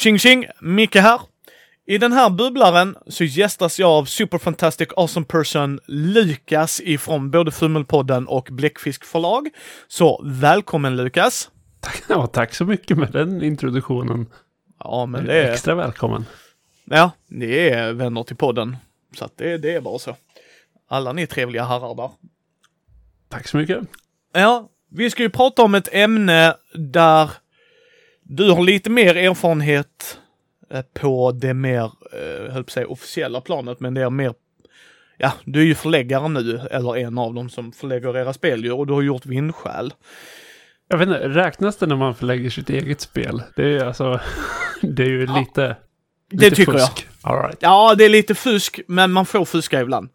Tjing tjing, Micke här. I den här bubblaren så gästas jag av Super Fantastic Awesome Person Lukas ifrån både Fummelpodden och Bläckfisk förlag. Så välkommen Lukas. Ja, tack så mycket med den introduktionen. Ja, men det är extra välkommen. Ja, ni är vänner till podden. Så att det är bara så. Alla ni trevliga herrar där. Tack så mycket. Ja, vi ska ju prata om ett ämne där du har lite mer erfarenhet på det mer, höll på att säga, officiella planet, men det är mer, ja, du är ju förläggare nu, eller en av dem som förlägger era spel ju, och du har gjort Vindsjäl. Jag vet inte, räknas det när man förlägger sitt eget spel? Det är alltså, det är ju lite det tycker fusk. Jag. All right. Ja, det är lite fusk, men man får fuska ibland.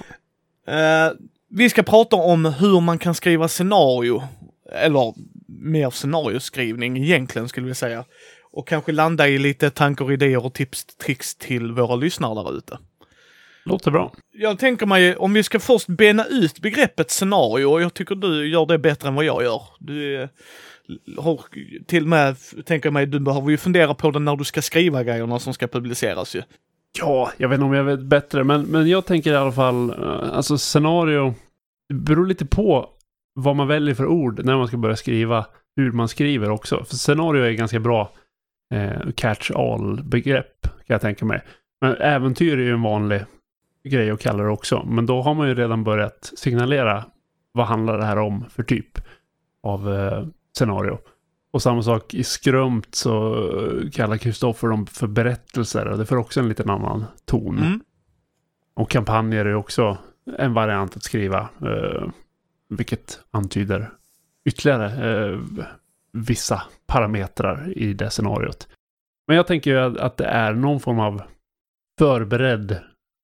Vi ska prata om hur man kan skriva scenario, eller mer scenarioskrivning egentligen skulle vi säga. Och kanske landa i lite tankar, idéer och tips, tricks till våra lyssnare där ute. Låter bra. Jag tänker mig, om vi ska först bena ut begreppet scenario, och jag tycker du gör det bättre än vad jag gör. Du har till och med, tänker mig, du behöver ju fundera på det när du ska skriva grejerna som ska publiceras ju. Ja, jag vet inte om jag vet bättre, men jag tänker i alla fall, alltså scenario, det beror lite på vad man väljer för ord när man ska börja skriva, hur man skriver också. För scenario är ganska bra catch-all-begrepp, kan jag tänka mig. Men äventyr är ju en vanlig grej att kalla det också. Men då har man ju redan börjat signalera vad handlar det här om för typ av scenario. Och samma sak i Skrömt så kallar Kristoffer dem för berättelser, och det får också en liten annan ton. Mm. Och kampanjer är också en variant att skriva, vilket antyder ytterligare vissa parametrar i det scenariot. Men jag tänker ju att det är någon form av förberedd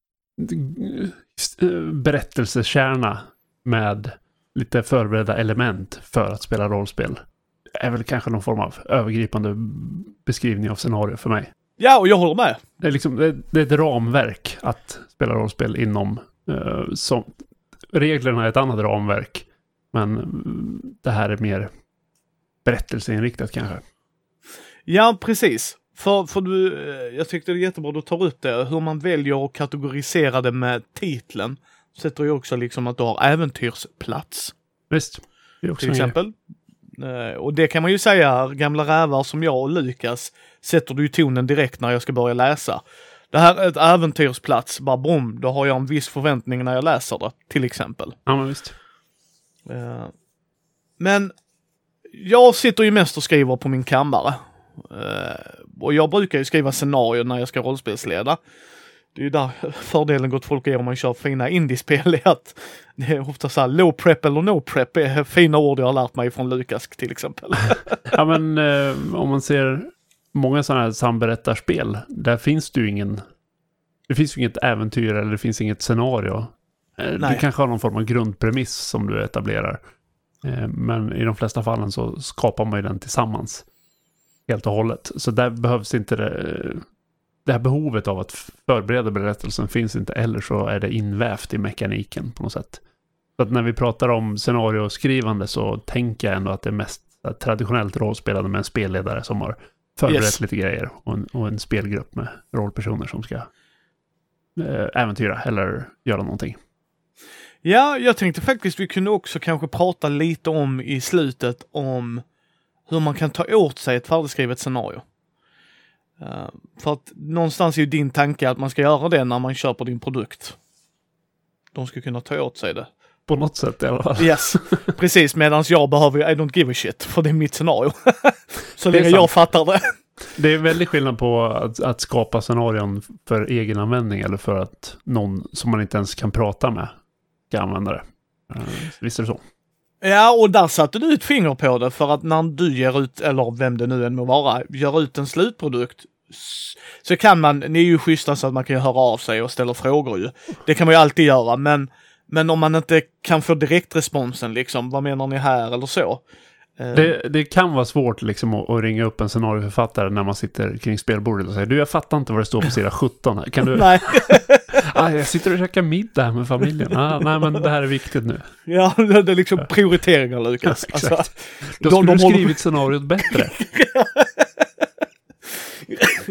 berättelsekärna med lite förberedda element för att spela rollspel. Det är väl kanske någon form av övergripande beskrivning av scenario för mig. Ja, och jag håller med. Det är liksom, det är ett ramverk att spela rollspel inom. Som, reglerna är ett annat ramverk, men det här är mer berättelseinriktat kanske. Ja, precis. För du, jag tyckte det är jättebra att du tar upp det. Hur man väljer att kategorisera det med titeln. Sätter ju också liksom att du har äventyrsplats. Visst. Det är också till exempel. Och det kan man ju säga, gamla rävar som jag och Lukas sätter du ju tonen direkt när jag ska börja läsa. Det här är ett äventyrsplats. Bara bom, då har jag en viss förväntning när jag läser det, till exempel. Ja, men visst. Men jag sitter ju mest och skriver på min kammare. Och jag brukar ju skriva scenario när jag ska rollspelsleda. Det är ju där fördelen gott folk är om man kör fina indiespel, är att det är ofta så här low prep eller no prep är fina ord jag har lärt mig från Lukas till exempel. Ja, men om man ser många sådana här samberättarspel, där finns det ju inget äventyr eller det finns inget scenario. Du kanske har någon form av grundpremiss som du etablerar. Men i de flesta fallen så skapar man ju den tillsammans. Helt och hållet. Så där behövs inte det här behovet av att förbereda berättelsen finns inte, eller så är det invävt i mekaniken på något sätt. Så att när vi pratar om scenarioskrivande så tänker jag ändå att det är mest traditionellt rollspelande med en spelledare som har förberett lite grejer och en spelgrupp med rollpersoner som ska äventyra eller göra någonting. Ja, jag tänkte faktiskt vi kunde också kanske prata lite om i slutet om hur man kan ta åt sig ett färdigskrivet scenario. För att någonstans är ju din tanke att man ska göra det när man köper din produkt. De ska kunna ta åt sig det. På något sätt i alla fall. Yes, precis. Medans jag behöver I don't give a shit, för det är mitt scenario. Så länge jag fattar det. Det är väldigt skillnad på att skapa scenarion för egen användning eller för att någon som man inte ens kan prata med ska använda det. Visst är det så? Ja, och där satte du ett finger på det, för att när du ger ut, eller vem det nu än må vara, gör ut en slutprodukt så kan man, ni är ju schyssta så att man kan höra av sig och ställa frågor ju. Det kan man ju alltid göra, men om man inte kan få direktresponsen liksom, vad menar ni här eller så? Det kan vara svårt liksom att ringa upp en scenarioförfattare när man sitter kring spelbordet och säger du, jag fattar inte vad det står på sida 17 här. Kan du... Nej. Jag sitter och käkar middag med familjen. Nej, men det här är viktigt nu. Ja, det är liksom prioriteringar, Lukas. Exakt. Då skulle du skrivit scenariot bättre.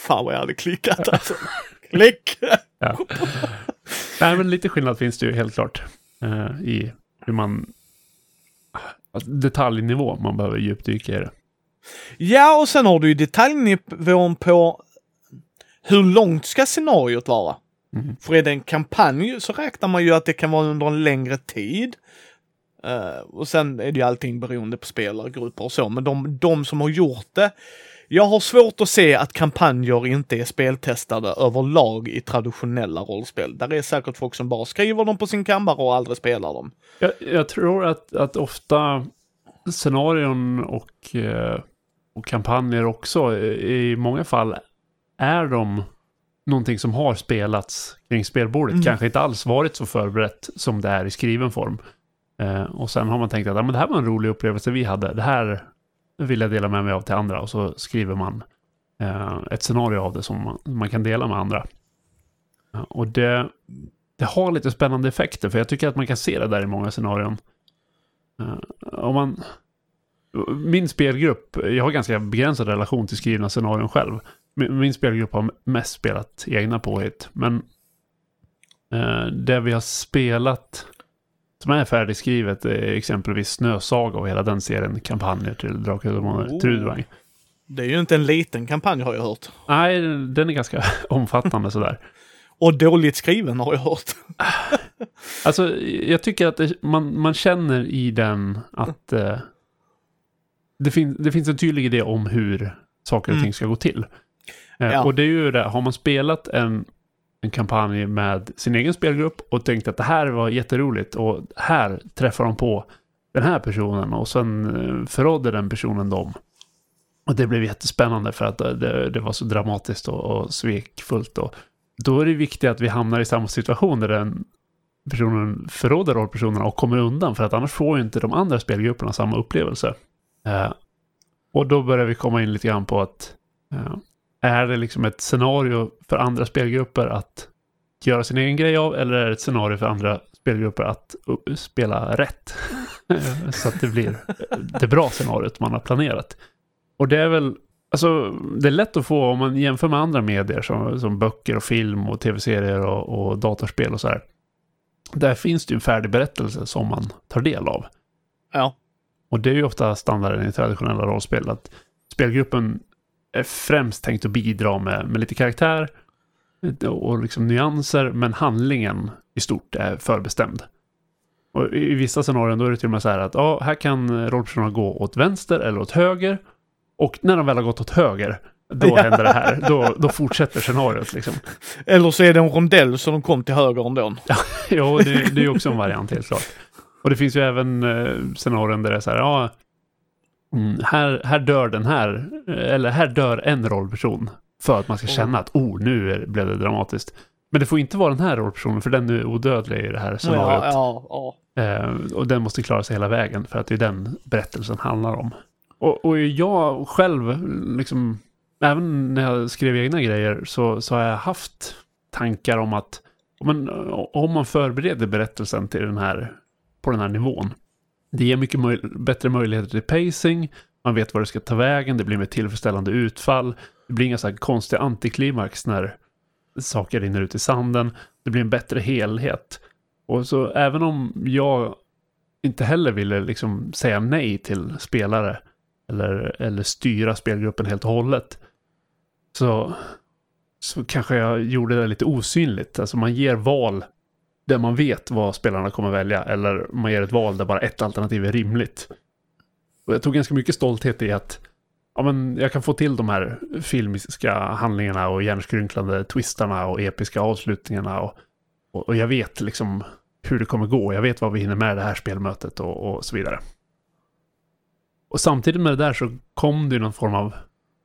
fan vad jag hade klickat alltså. Klick! Ja. Nej, men lite skillnad finns det ju helt klart i hur man detaljnivå man behöver djupdyka i det. Ja, och sen har du ju detaljnivån på hur långt ska scenariot vara. För är det en kampanj så räknar man ju att det kan vara under en längre tid. Och sen är det ju allting beroende på spelargrupper och så. Men de som har gjort det, jag har svårt att se att kampanjer inte är speltestade överlag i traditionella rollspel. Där är säkert folk som bara skriver dem på sin kammare och aldrig spelar dem. Jag tror att ofta scenarion och kampanjer också i många fall är de någonting som har spelats kring spelbordet. Kanske inte alls varit så förberett som det är i skriven form. Och sen har man tänkt att men det här var en rolig upplevelse vi hade. Det här vill jag dela med mig av till andra. Och så skriver man ett scenario av det som man kan dela med andra. Och det har lite spännande effekter. För jag tycker att man kan se det där i många scenarion. Min spelgrupp, jag har ganska begränsad relation till skrivna scenarion själv. Min spelgrupp har mest spelat egna påhitt. Men det vi har spelat som är färdigskrivet är exempelvis Snösaga och hela den serien kampanjer till Drakar och Demoner Trudvang. Det är ju inte en liten kampanj har jag hört. Nej, den är ganska omfattande sådär. Och dåligt skriven har jag hört. Alltså, jag tycker att man känner i den att det finns en tydlig idé om hur saker och ting ska gå till. Ja. Och det är ju det, har man spelat en kampanj med sin egen spelgrupp och tänkt att det här var jätteroligt och här träffar de på den här personen och sen förrådde den personen dem. Och det blev jättespännande för att det var så dramatiskt och svekfullt. Och då är det viktigt att vi hamnar i samma situation där den personen förråder rollpersonerna och kommer undan, för att annars får ju inte de andra spelgrupperna samma upplevelse. Och då börjar vi komma in lite grann på att är det liksom ett scenario för andra spelgrupper att göra sin egen grej av, eller är det ett scenario för andra spelgrupper att spela rätt så att det blir det bra scenariot man har planerat. Och det är väl, alltså det är lätt att få om man jämför med andra medier som böcker och film och tv-serier och datorspel och så här. Där finns det ju en färdig berättelse som man tar del av. Ja. Och det är ju ofta standarden i traditionella rollspel att spelgruppen är främst tänkt att bidra med lite karaktär och liksom nyanser, men handlingen i stort är förbestämd. Och i vissa scenarion då är det till och med så här att här kan rollpersonerna gå åt vänster eller åt höger, och när de väl har gått åt höger då händer det här. Då fortsätter scenariot liksom. Eller så är det en rondell så de kom till höger ändå. Ja, det är ju också en variant helt klart. Och det finns ju även scenarion där det är så här, här dör den här, eller här dör en rollperson för att man ska känna att nu blev det dramatiskt. Men det får inte vara den här rollpersonen, för den är odödlig i det här scenariot. Ja. Och den måste klara sig hela vägen, för att det är den berättelsen handlar om. Och jag själv, liksom, även när jag skrev egna grejer så har jag haft tankar om att om man förbereder berättelsen till på den här nivån, det ger mycket bättre möjligheter till pacing, man vet var det ska ta vägen, det blir med tillfredsställande utfall, det blir inga så här konstiga antiklimax när saker rinner ut i sanden, det blir en bättre helhet. Och så även om jag inte heller ville liksom säga nej till spelare eller styra spelgruppen helt och hållet, så kanske jag gjorde det lite osynligt. Alltså man ger val där man vet vad spelarna kommer välja, eller man ger ett val där bara ett alternativ är rimligt. Och jag tog ganska mycket stolthet i att jag kan få till de här filmiska handlingarna och hjärnskrynklande twistarna och episka avslutningarna och jag vet liksom hur det kommer gå. Jag vet vad vi hinner med det här spelmötet och så vidare. Och samtidigt med det där så kom det någon form av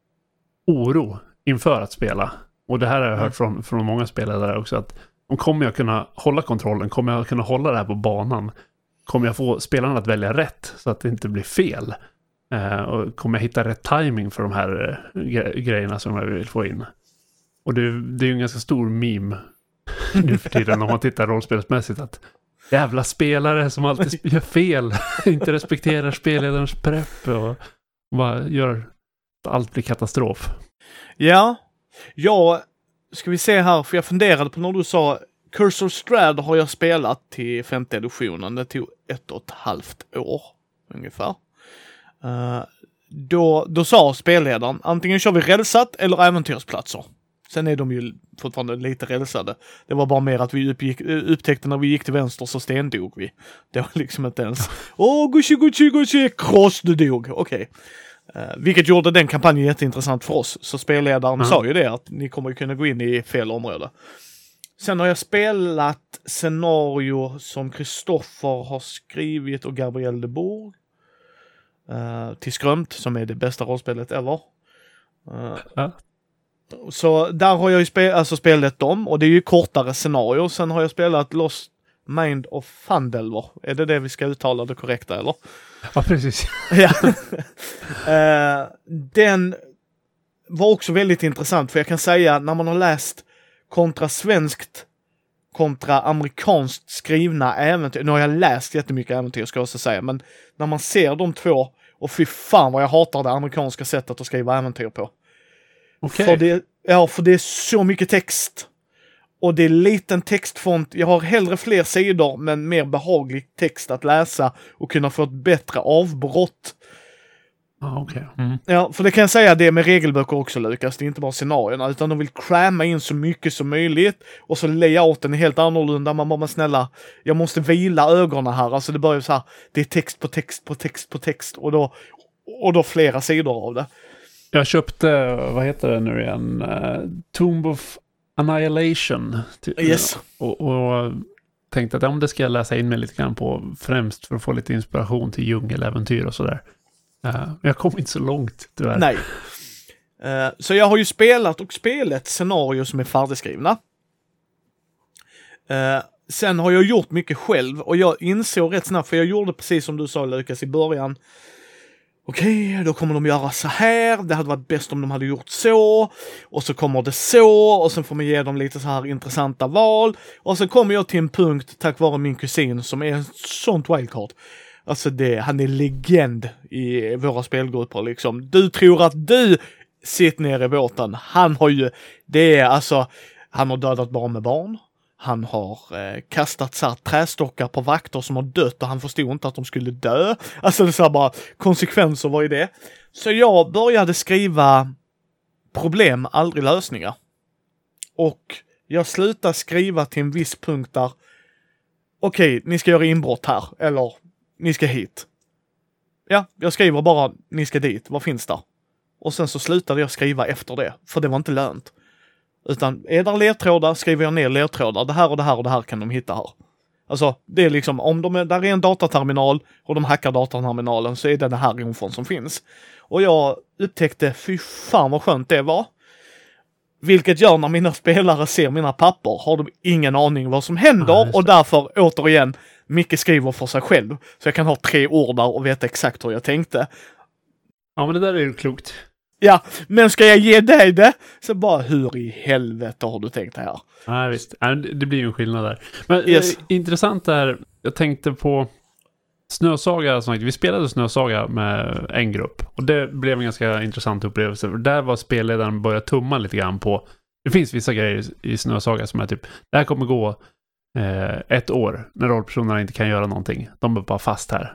oro inför att spela. Och det här har jag hört från många spelare där också, att kommer jag kunna hålla kontrollen? Kommer jag kunna hålla det här på banan? Kommer jag få spelarna att välja rätt så att det inte blir fel? Och kommer jag hitta rätt timing för de här grejerna som jag vill få in? Och det är ju en ganska stor meme nu för tiden om man tittar rollspelsmässigt, att jävla spelare som alltid gör fel, inte respekterar spelledarens prepp och bara gör att allt blir katastrof. Ja, Ja, ska vi se här, för jag funderade på när du sa Curse of Strahd har jag spelat till 5:e editionen. Det tog 1,5 år ungefär. Då sa spelledaren, antingen kör vi rälsat eller äventyrsplatser. Sen är de ju fortfarande lite rälsade. Det var bara mer att vi upptäckte när vi gick till vänster så stendog vi. Det var liksom inte ens, gucci, kross, du dog. Okej. Vilket gjorde den kampanjen jätteintressant för oss. Så spelledaren sa ju det, att ni kommer ju kunna gå in i fel område. Sen har jag spelat scenario som Kristoffer har skrivit och Gabriel de Bourg. Till Skrömt, som är det bästa rollspelet ever. Så där har jag ju spelat dem, och det är ju kortare scenario. Sen har jag spelat Lost Mind of Fandelver. Är det vi ska uttala det korrekta, eller? Ja, precis. Ja. Den var också väldigt intressant, för jag kan säga, när man har läst kontra svenskt kontra amerikanskt skrivna äventyr. Nu har jag läst jättemycket äventyr, ska jag också säga, men när man ser de två, och fy fan vad jag hatar det amerikanska sättet att skriva äventyr på. Okej. För det är så mycket text. Och det är liten textfont. Jag har hellre fler sidor, men mer behaglig text att läsa och kunna få ett bättre avbrott. Okej. Ja, för det kan jag säga, det med regelböcker också, Lukas. Det är inte bara scenarierna, utan de vill cramma in så mycket som möjligt. Och så layouten är helt annorlunda. Man bara, snälla, jag måste vila ögonen här. Alltså det börjar så här, det är text på text på text på text. Och då flera sidor av det. Jag köpte, vad heter det nu igen? Tomb of Annihilation. Yes. Och tänkte att det ska jag läsa in mig lite grann på, främst för att få lite inspiration till djungeläventyr och sådär. Jag kom inte så långt, tyvärr. Nej. Så jag har ju spelat scenario som är färdigskrivna. Sen har jag gjort mycket själv, och jag insåg rätt snabbt, för jag gjorde precis som du sa, Lukas, i början. Okej, då kommer de göra så här. Det hade varit bäst om de hade gjort så. Och så kommer det så. Och sen får man ge dem lite så här intressanta val. Och så kommer jag till en punkt, tack vare min kusin, som är ett sånt wildcard. Alltså han är legend i våra spelgrupper liksom. Du tror att du sitter ner i båten. Han har ju, han har dödat barn med barn. Han har kastat så här trästockar på vakter som har dött, och han förstod inte att de skulle dö. Alltså det är så här bara, konsekvenser var i det. Så jag började skriva problem, aldrig lösningar. Och jag slutade skriva till en viss punkt där, okej, ni ska göra inbrott här, eller ni ska hit. Ja, jag skriver bara, ni ska dit, vad finns där? Och sen så slutade jag skriva efter det, för det var inte lönt. Utan är där ledtrådar, skriver jag ner ledtrådar. Det här och det här och det här kan de hitta här. Alltså, det är liksom, om där är en dataterminal och de hackar dataterminalen, så är det här infon som finns. Och jag upptäckte, fy fan vad skönt det var. Vilket gör, när mina spelare ser mina papper, har de ingen aning vad som händer, och därför, återigen, Micke skriver för sig själv. Så jag kan ha 3 ord där och veta exakt hur jag tänkte. Ja, men det där är ju klokt. Ja, men ska jag ge dig det? Så bara, hur i helvete har du tänkt här? Ja, visst. Det blir ju en skillnad där. Men intressant är, jag tänkte på Snösaga. Vi spelade Snösaga med en grupp. Och det blev en ganska intressant upplevelse. För där var spelledaren började tumma lite grann på. Det finns vissa grejer i Snösaga som är typ, det här kommer gå 1 år när rollpersonerna inte kan göra någonting. De är bara fast här.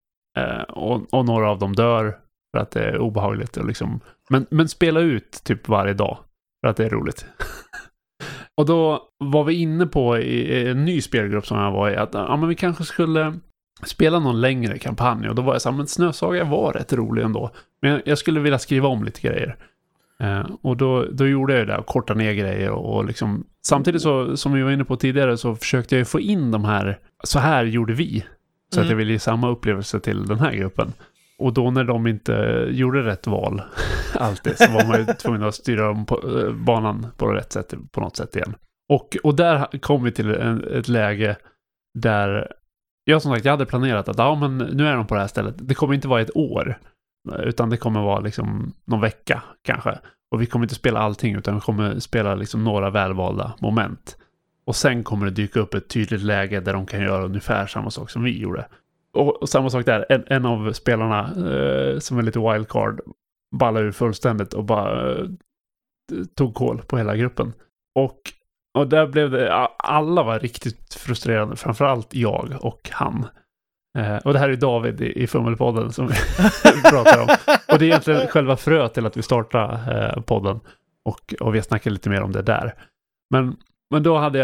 Och några av dem dör för att det är obehagligt. Och liksom, men spela ut typ varje dag för att det är roligt. Och då var vi inne på i en ny spelgrupp som jag var i, att men vi kanske skulle spela någon längre kampanj. Och då var jag så här, men Snösaga var rätt rolig ändå. Men jag skulle vilja skriva om lite grejer. Och då gjorde jag det, korta ner grejer och liksom, samtidigt så, som vi var inne på tidigare, så försökte jag få in de här, så här gjorde vi, så att jag ville ge samma upplevelse till den här gruppen. Och då när de inte gjorde rätt val alltid, så var man ju tvungen att styra dem på banan på rätt sätt, på något sätt igen. Och där kom vi till ett läge där jag, som sagt, jag hade planerat att men nu är de på det här stället. Det kommer inte vara 1 år, utan det kommer vara liksom någon vecka kanske. Och vi kommer inte spela allting, utan vi kommer spela liksom några välvalda moment. Och sen kommer det dyka upp ett tydligt läge där de kan göra ungefär samma sak som vi gjorde. Och samma sak där, en av spelarna som är lite wildcard ballar ur fullständigt och bara tog koll på hela gruppen. Och där blev det, alla var riktigt frustrerade, framförallt jag och han. Och det här är David i Fummelpodden som vi pratar om. Och det är egentligen själva fröet till att vi startar podden. Och vi har snackat lite mer om det där. Men då hade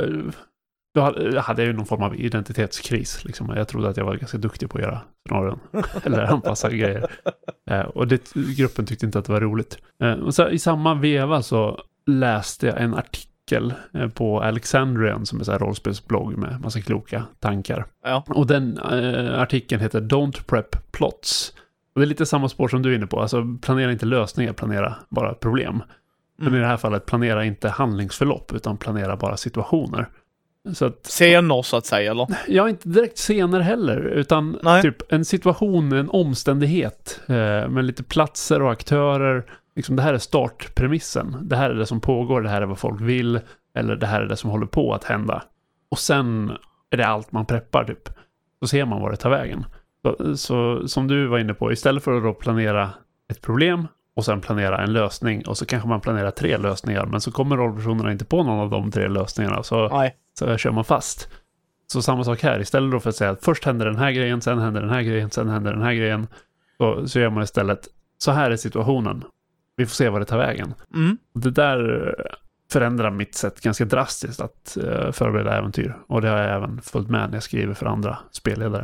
jag ju någon form av identitetskris. Liksom. Jag trodde att jag var ganska duktig på att göra scenarion. Eller anpassa grejer. Och gruppen tyckte inte att det var roligt. Och så, i samma veva så läste jag en artikel på Alexandrian som är så här rollspelsblogg med massa kloka tankar. Ja. Och den artikeln heter Don't Prep Plots. Och det är lite samma spår som du är inne på. Alltså planera inte lösningar, planera bara problem. Men i det här fallet planera inte handlingsförlopp utan planera bara situationer. Så att, scener så att säga, eller? Ja, inte direkt scener heller, utan typ en situation, en omständighet med lite platser och aktörer. Liksom, det här är startpremissen. Det här är det som pågår, det här är vad folk vill, eller det här är det som håller på att hända. Och sen är det allt man preppar typ. Så ser man var det tar vägen. Så som du var inne på, istället för att då planera ett problem och sen planera en lösning, och så kanske man planerar 3 lösningar, men så kommer rollpersonerna inte på någon av de 3 lösningarna, så kör man fast. Så samma sak här, istället då för att säga att först händer den här grejen, sen händer den här grejen, sen händer den här grejen, så gör man istället, så här är situationen, vi får se vad det tar vägen. Det där förändrar mitt sätt ganska drastiskt att förbereda äventyr, och det har jag även följt med när jag skriver för andra spelledare.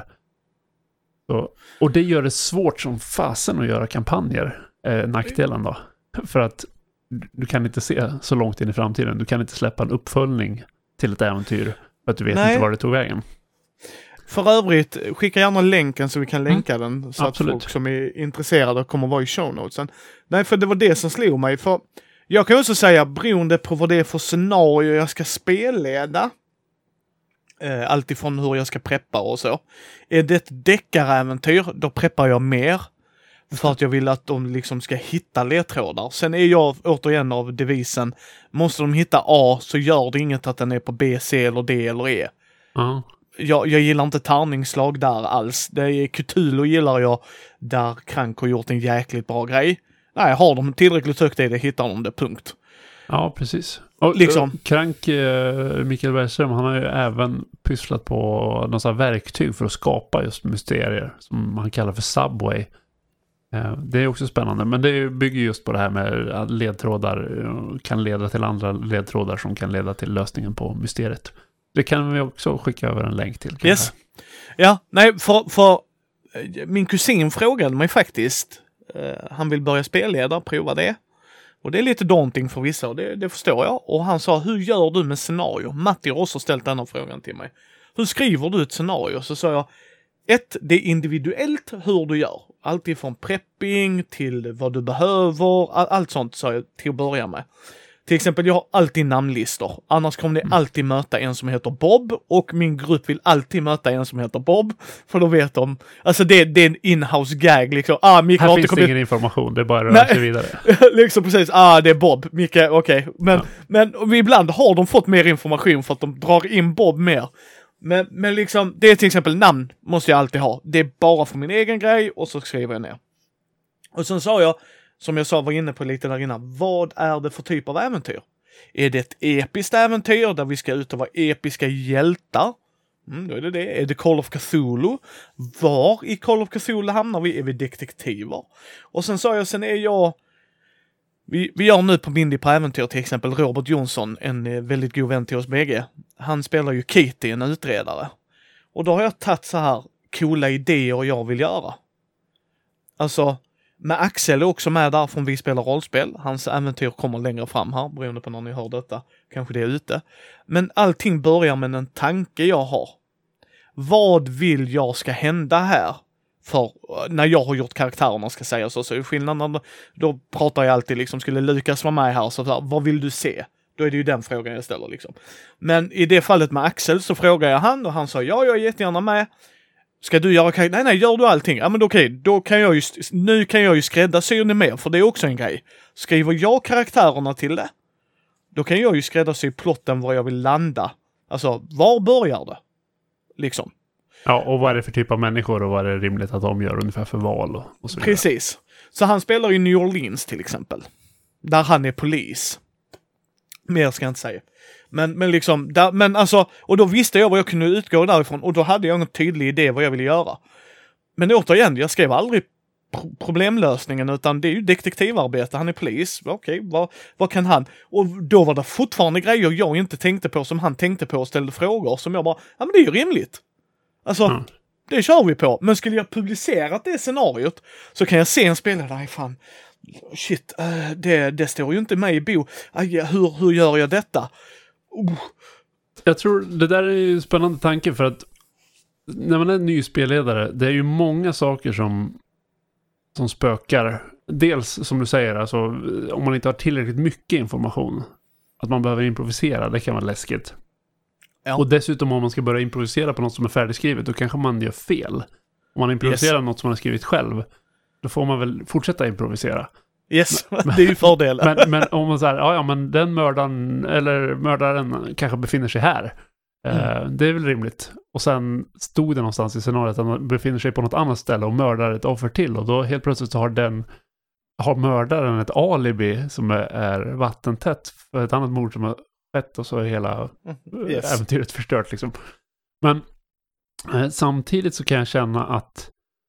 Och det gör det svårt som fasen att göra kampanjer, nackdelen då. För att du kan inte se så långt in i framtiden. Du kan inte släppa en uppföljning till ett äventyr för att du vet inte var det tog vägen. För övrigt, skicka gärna länken så vi kan länka den så absolut. Att folk som är intresserade kommer vara i show notesen. Nej, för det var det som slog mig. För jag kan också säga, beroende på vad det är för scenario jag ska spelleda, alltifrån hur jag ska preppa och så. Är det ett deckaräventyr, då preppar jag mer. För att jag vill att de liksom ska hitta ledtrådar. Sen är jag återigen av devisen, måste de hitta A så gör det inget att den är på B, C eller D eller E. Jag gillar inte tärningsslag där alls. Det är Cthulhu gillar jag, där Krank har gjort en jäkligt bra grej. Nej, har de tillräckligt högt i det hittar de det, punkt. Ja, precis. Och liksom. Krank, Mikael Bergström, han har ju även pysslat på någon sån här verktyg för att skapa just mysterier som man kallar för Subway. Det är också spännande, men det bygger just på det här med att ledtrådar kan leda till andra ledtrådar som kan leda till lösningen på mysteriet. Det kan vi också skicka över en länk till. Yes. Ja, nej, för min kusin frågade mig faktiskt, han vill börja spelleda, prova det. Och det är lite daunting för vissa, och det förstår jag. Och han sa, hur gör du med scenario? Matti har också ställt den här frågan till mig. Hur skriver du ett scenario? Så sa jag, det är individuellt hur du gör. Allt ifrån prepping till vad du behöver. Allt sånt sa jag till att börja med. Till exempel, jag har alltid namnlistor. Annars kommer ni alltid möta en som heter Bob. Och min grupp vill alltid möta en som heter Bob. För då vet de. Alltså det är en in-house gag. Liksom. Här finns det ingen information. Det är bara att röra sig vidare. Liksom precis. Det är Bob. Micke, okej. Men ibland har de fått mer information för att de drar in Bob mer. Men liksom, det är till exempel namn måste jag alltid ha. Det är bara för min egen grej och så skriver jag ner. Och sen sa jag, som jag sa var inne på lite där innan, vad är det för typ av äventyr? Är det ett episkt äventyr där vi ska ut och vara episka hjältar? Då är det. Är det Call of Cthulhu? Var i Call of Cthulhu hamnar vi? Är vi detektiver? Och sen sa jag, sen är jag... Vi gör nu på Mindy på äventyr till exempel Robert Jonsson, en väldigt god vän till oss bägge. Han spelar ju Kitty, en utredare. Och då har jag tagit så här coola idéer jag vill göra. Alltså, med Axel är också med där från Vi spelar rollspel. Hans äventyr kommer längre fram här, beroende på när ni hör detta. Kanske det är ute. Men allting börjar med en tanke jag har. Vad vill jag ska hända här? För när jag har gjort karaktärerna ska säga så är skillnaden, då pratar jag alltid liksom, skulle Lukas vara med här, så här, vad vill du se? Då är det ju den frågan jag ställer liksom. Men i det fallet med Axel så frågar jag han och han sa, ja, jag är jättegärna med. Ska du göra karaktär? Nej, gör du allting? Ja, men okej, då kan jag ju, nu kan jag ju skräddarsy det mer, för det är också en grej. Skriver jag karaktärerna till det, då kan jag ju skräddarsy plotten var jag vill landa. Alltså, var börjar det? Liksom. Ja, och vad är det för typ av människor och vad är det rimligt att de gör ungefär för val och så vidare. Precis. Så han spelar ju New Orleans till exempel. där han är polis. Mer ska jag inte säga. Men liksom, men alltså, och då visste jag vad jag kunde utgå därifrån, och då hade jag en tydlig idé vad jag ville göra. Men återigen, jag skrev aldrig problemlösningen, utan det är ju detektivarbete, han är polis, okej, vad kan han? Och då var det fortfarande grejer jag inte tänkte på som han tänkte på och ställde frågor som jag bara, ja men det är ju rimligt. Alltså, det kör vi på. Men skulle jag publicerat det scenariot så kan jag se en spelare där, fan, shit, det står ju inte med i Bo. Hur gör jag detta? Jag tror det där är ju en spännande tanke, för att när man är ny spelledare, det är ju många saker som spökar. Dels, som du säger, alltså, om man inte har tillräckligt mycket information, att man behöver improvisera, det kan vara läskigt. Ja. Och dessutom om man ska börja improvisera på något som är färdigskrivet, då kanske man gör fel. Om man improviserar något som man har skrivit själv, då får man väl fortsätta improvisera. Yes, det är ju fördelen. men om man säger, ja men den mördaren kanske befinner sig här. Det är väl rimligt. Och sen stod det någonstans i scenariot att man befinner sig på något annat ställe och mördar ett offer till. Och då helt plötsligt så har mördaren ett alibi som är vattentätt för ett annat mord som har skett, och så är hela äventyret förstört liksom. Men samtidigt så kan jag känna att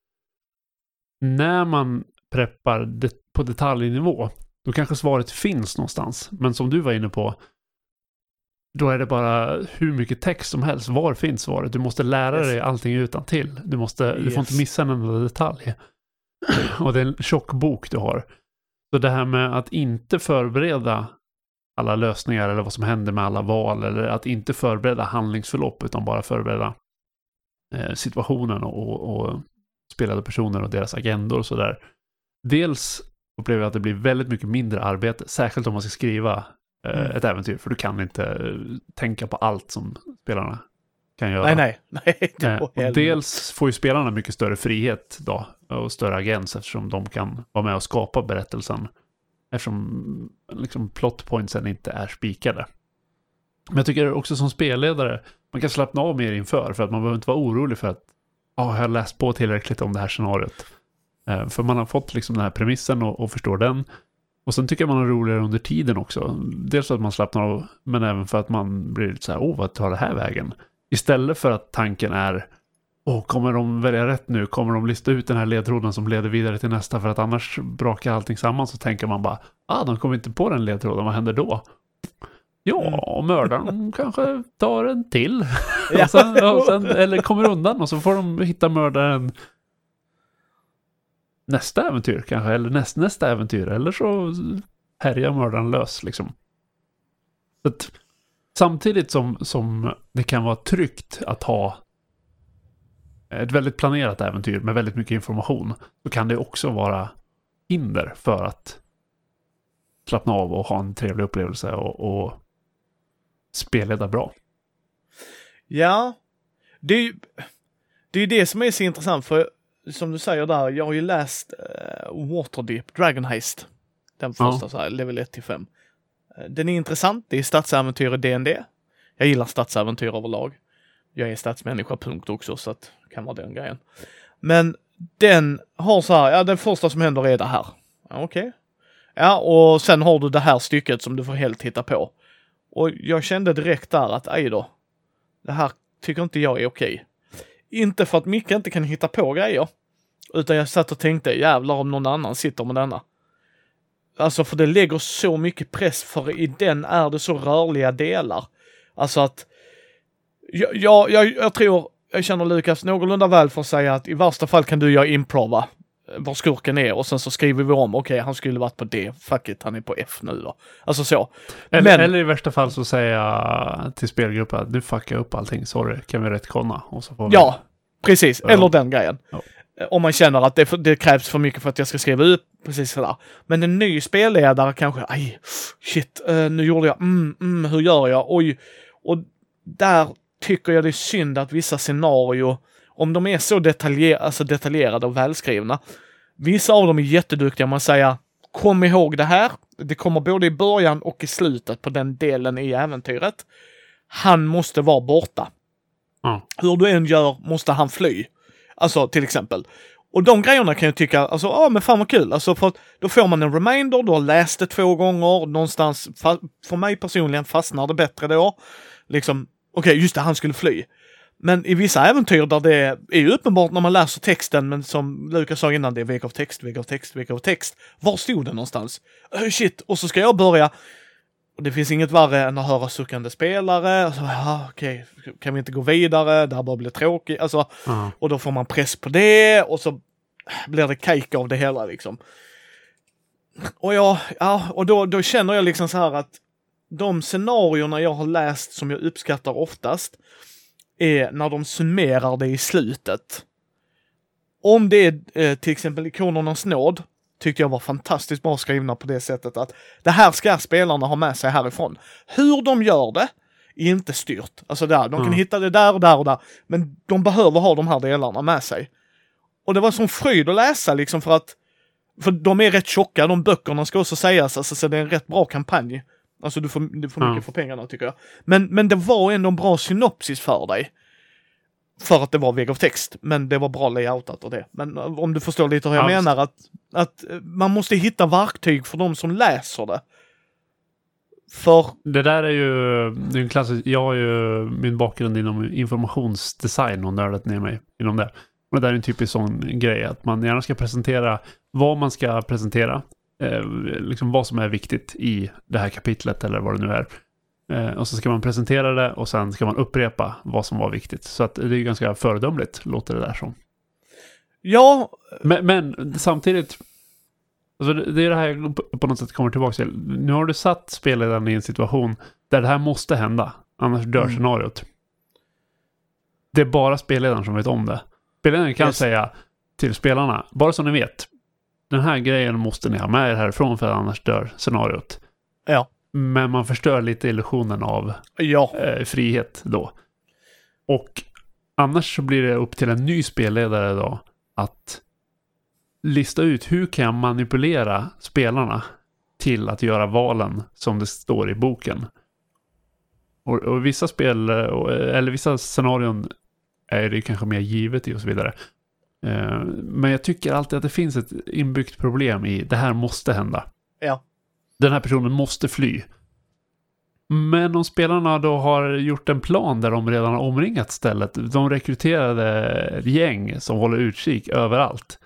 när man preppar på detaljnivå, då kanske svaret finns någonstans. Men som du var inne på, då är det bara hur mycket text som helst. Var finns svaret? Du måste lära dig allting utan till. Du får inte missa en enda detalj. Och det är en tjock bok du har. Så det här med att inte förbereda alla lösningar eller vad som händer med alla val, eller att inte förbereda handlingsförlopp utan bara förbereda situationen och spelade personer och deras agendor och sådär. Dels upplever jag att det blir väldigt mycket mindre arbete, särskilt om man ska skriva ett äventyr, för du kan inte tänka på allt som spelarna kan göra. Nej. Och dels får ju spelarna mycket större frihet då, och större agens, eftersom de kan vara med och skapa berättelsen, eftersom liksom plotpointsen inte är spikade. Men jag tycker också som spelledare, man kan slappna av mer inför, för att man behöver inte vara orolig för att jag har läst på tillräckligt om det här scenariot. För man har fått liksom den här premissen och förstår den. Och sen tycker jag man är roligare under tiden också. Dels för att man slappnar av, men även för att man blir lite så här, vad tar det här vägen? Istället för att tanken är, kommer de välja rätt nu? Kommer de lista ut den här ledtråden som leder vidare till nästa? För att annars brakar allting samman, så tänker man bara, de kommer inte på den ledtråden, vad händer då? Ja, mördaren kanske tar en till. och sen, eller kommer undan, och så får de hitta mördaren nästa äventyr kanske, eller nästa äventyr, eller så härjar mördaren lös liksom. Så att, samtidigt som det kan vara tryggt att ha ett väldigt planerat äventyr med väldigt mycket information, så kan det också vara hinder för att slappna av och ha en trevlig upplevelse och spelleda bra. Ja, det är det som är så intressant, för som du säger där, jag har ju läst Waterdeep, Dragon Heist. Den första, så här, level 1-5. Den är intressant, det är stadsäventyr i D&D. Jag gillar stadsäventyr överlag. Jag är stadsmänniska, punkt också, så att det kan vara den grejen. Men den har så här, den första som händer är det här. Okej. Ja, och sen har du det här stycket som du får helt titta på. Och jag kände direkt där att, det här tycker inte jag är okej. Inte för att Micke inte kan hitta på grejer, utan jag satt och tänkte, jävlar om någon annan sitter med denna. Alltså, för det lägger så mycket press, för i den är det så rörliga delar. Alltså att jag tror, jag känner Lukas någorlunda väl för att säga att i värsta fall kan du göra improva var skurken är, och sen så skriver vi om, okej, han skulle varit på D, fuck it, han är på F nu då. Alltså så. Eller i värsta fall så säger jag till spelgruppen att nu fuckar jag upp allting, sorry, kan vi rättkonna? Och så får vi... Ja, precis, eller den grejen. Ja. Om man känner att det krävs för mycket för att jag ska skriva ut precis sådär. Men en ny spelledare kanske, nu gjorde jag, hur gör jag? Oj, och där tycker jag det är synd att vissa scenarier, om de är så detaljerade och välskrivna, vissa av dem är jätteduktiga. Man säger, kom ihåg det här. Det kommer både i början och i slutet på den delen i äventyret. Han måste vara borta. Hur du än gör måste han fly. Alltså till exempel. Och de grejerna kan jag tycka, alltså, men fan vad kul. Alltså, för att då får man en reminder, du har läst det 2 gånger, någonstans, för mig personligen fastnar det bättre då. Liksom, okej, just det, han skulle fly. Men i vissa äventyr där det är ju uppenbart när man läser texten, men som Lukas sa innan, det är vek av text. Var stod den någonstans? Shit, och så ska jag börja. Och det finns inget värre än att höra suckande spelare. Alltså, okej, kan vi inte gå vidare? Det här bara blir tråkigt. Alltså, och då får man press på det och så blir det cake av det hela liksom. Och då känner jag liksom så här att de scenarierna jag har läst som jag uppskattar oftast är när de summerar det i slutet. Om det är till exempel Ikonernas nåd, tyckte jag var fantastiskt bra skrivna på det sättet att det här ska spelarna ha med sig härifrån. Hur de gör det är inte styrt. Alltså de kan hitta det där och där och där, men de behöver ha de här delarna med sig. Och det var som fröjd att läsa liksom för de är rätt tjocka, de böckerna ska också sägas, alltså, så det är en rätt bra kampanj. Alltså du får mycket för pengarna tycker jag. Men det var ändå en bra synopsis för dig. För att det var vägg av text. Men det var bra layoutat och det. Men om du förstår lite hur jag menar. Att man måste hitta verktyg för de som läser det. För... Det där är ju en klassisk... Jag har ju min bakgrund inom informationsdesign och nördat ner mig inom det. Och det där är en typisk sån grej. Att man gärna ska presentera vad man ska presentera. Liksom vad som är viktigt i det här kapitlet eller vad det nu är. Och så ska man presentera det och sen ska man upprepa vad som var viktigt. Så att det är ganska föredömligt, låter det där som. Ja. Men samtidigt, alltså det är det här jag på något sätt kommer tillbaka till. Nu har du satt spelledaren i en situation där det här måste hända. Annars dör scenariot. Det är bara spelledaren som vet om det. Spelledaren kan säga till spelarna, bara så ni vet, den här grejen måste ni ha med er härifrån för annars dör scenariot. Ja. Men man förstör lite illusionen av frihet då. Och annars så blir det upp till en ny spelledare då att lista ut hur kan jag manipulera spelarna till att göra valen som det står i boken. Och vissa spel, eller vissa scenarion är det kanske mer givet i och så vidare. Men jag tycker alltid att det finns ett inbyggt problem i det här måste hända. Ja. Den här personen måste fly. Men om spelarna då har gjort en plan där de redan har omringat stället. De rekryterade ett gäng som håller utkik överallt.